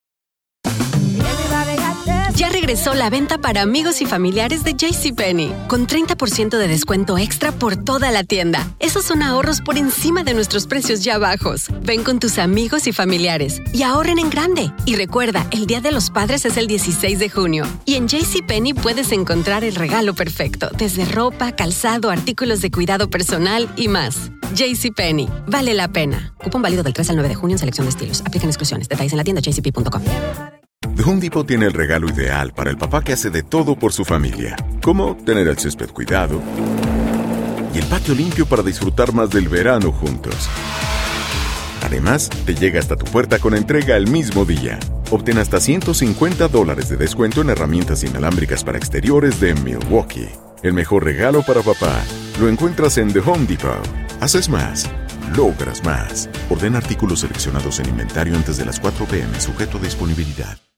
Ya regresó la venta para amigos y familiares de JCPenney, con treinta por ciento de descuento extra por toda la tienda. Esos son ahorros por encima de nuestros precios ya bajos. Ven con tus amigos y familiares y ahorren en grande. Y recuerda, el Día de los Padres es el dieciséis de junio. Y en JCPenney puedes encontrar el regalo perfecto, desde ropa, calzado, artículos de cuidado personal y más. JCPenney, vale la pena. Cupón válido del tres al nueve de junio en selección de estilos. Aplican exclusiones. Detalles en la tienda j c p punto com. The Home Depot tiene el regalo ideal para el papá que hace de todo por su familia, como tener el césped cuidado y el patio limpio para disfrutar más del verano juntos. Además, te llega hasta tu puerta con entrega el mismo día. Obtén hasta ciento cincuenta dólares de descuento en herramientas inalámbricas para exteriores de Milwaukee. El mejor regalo para papá lo encuentras en The Home Depot. Haces más, logras más. Ordena artículos seleccionados en inventario antes de las cuatro p m, sujeto a disponibilidad.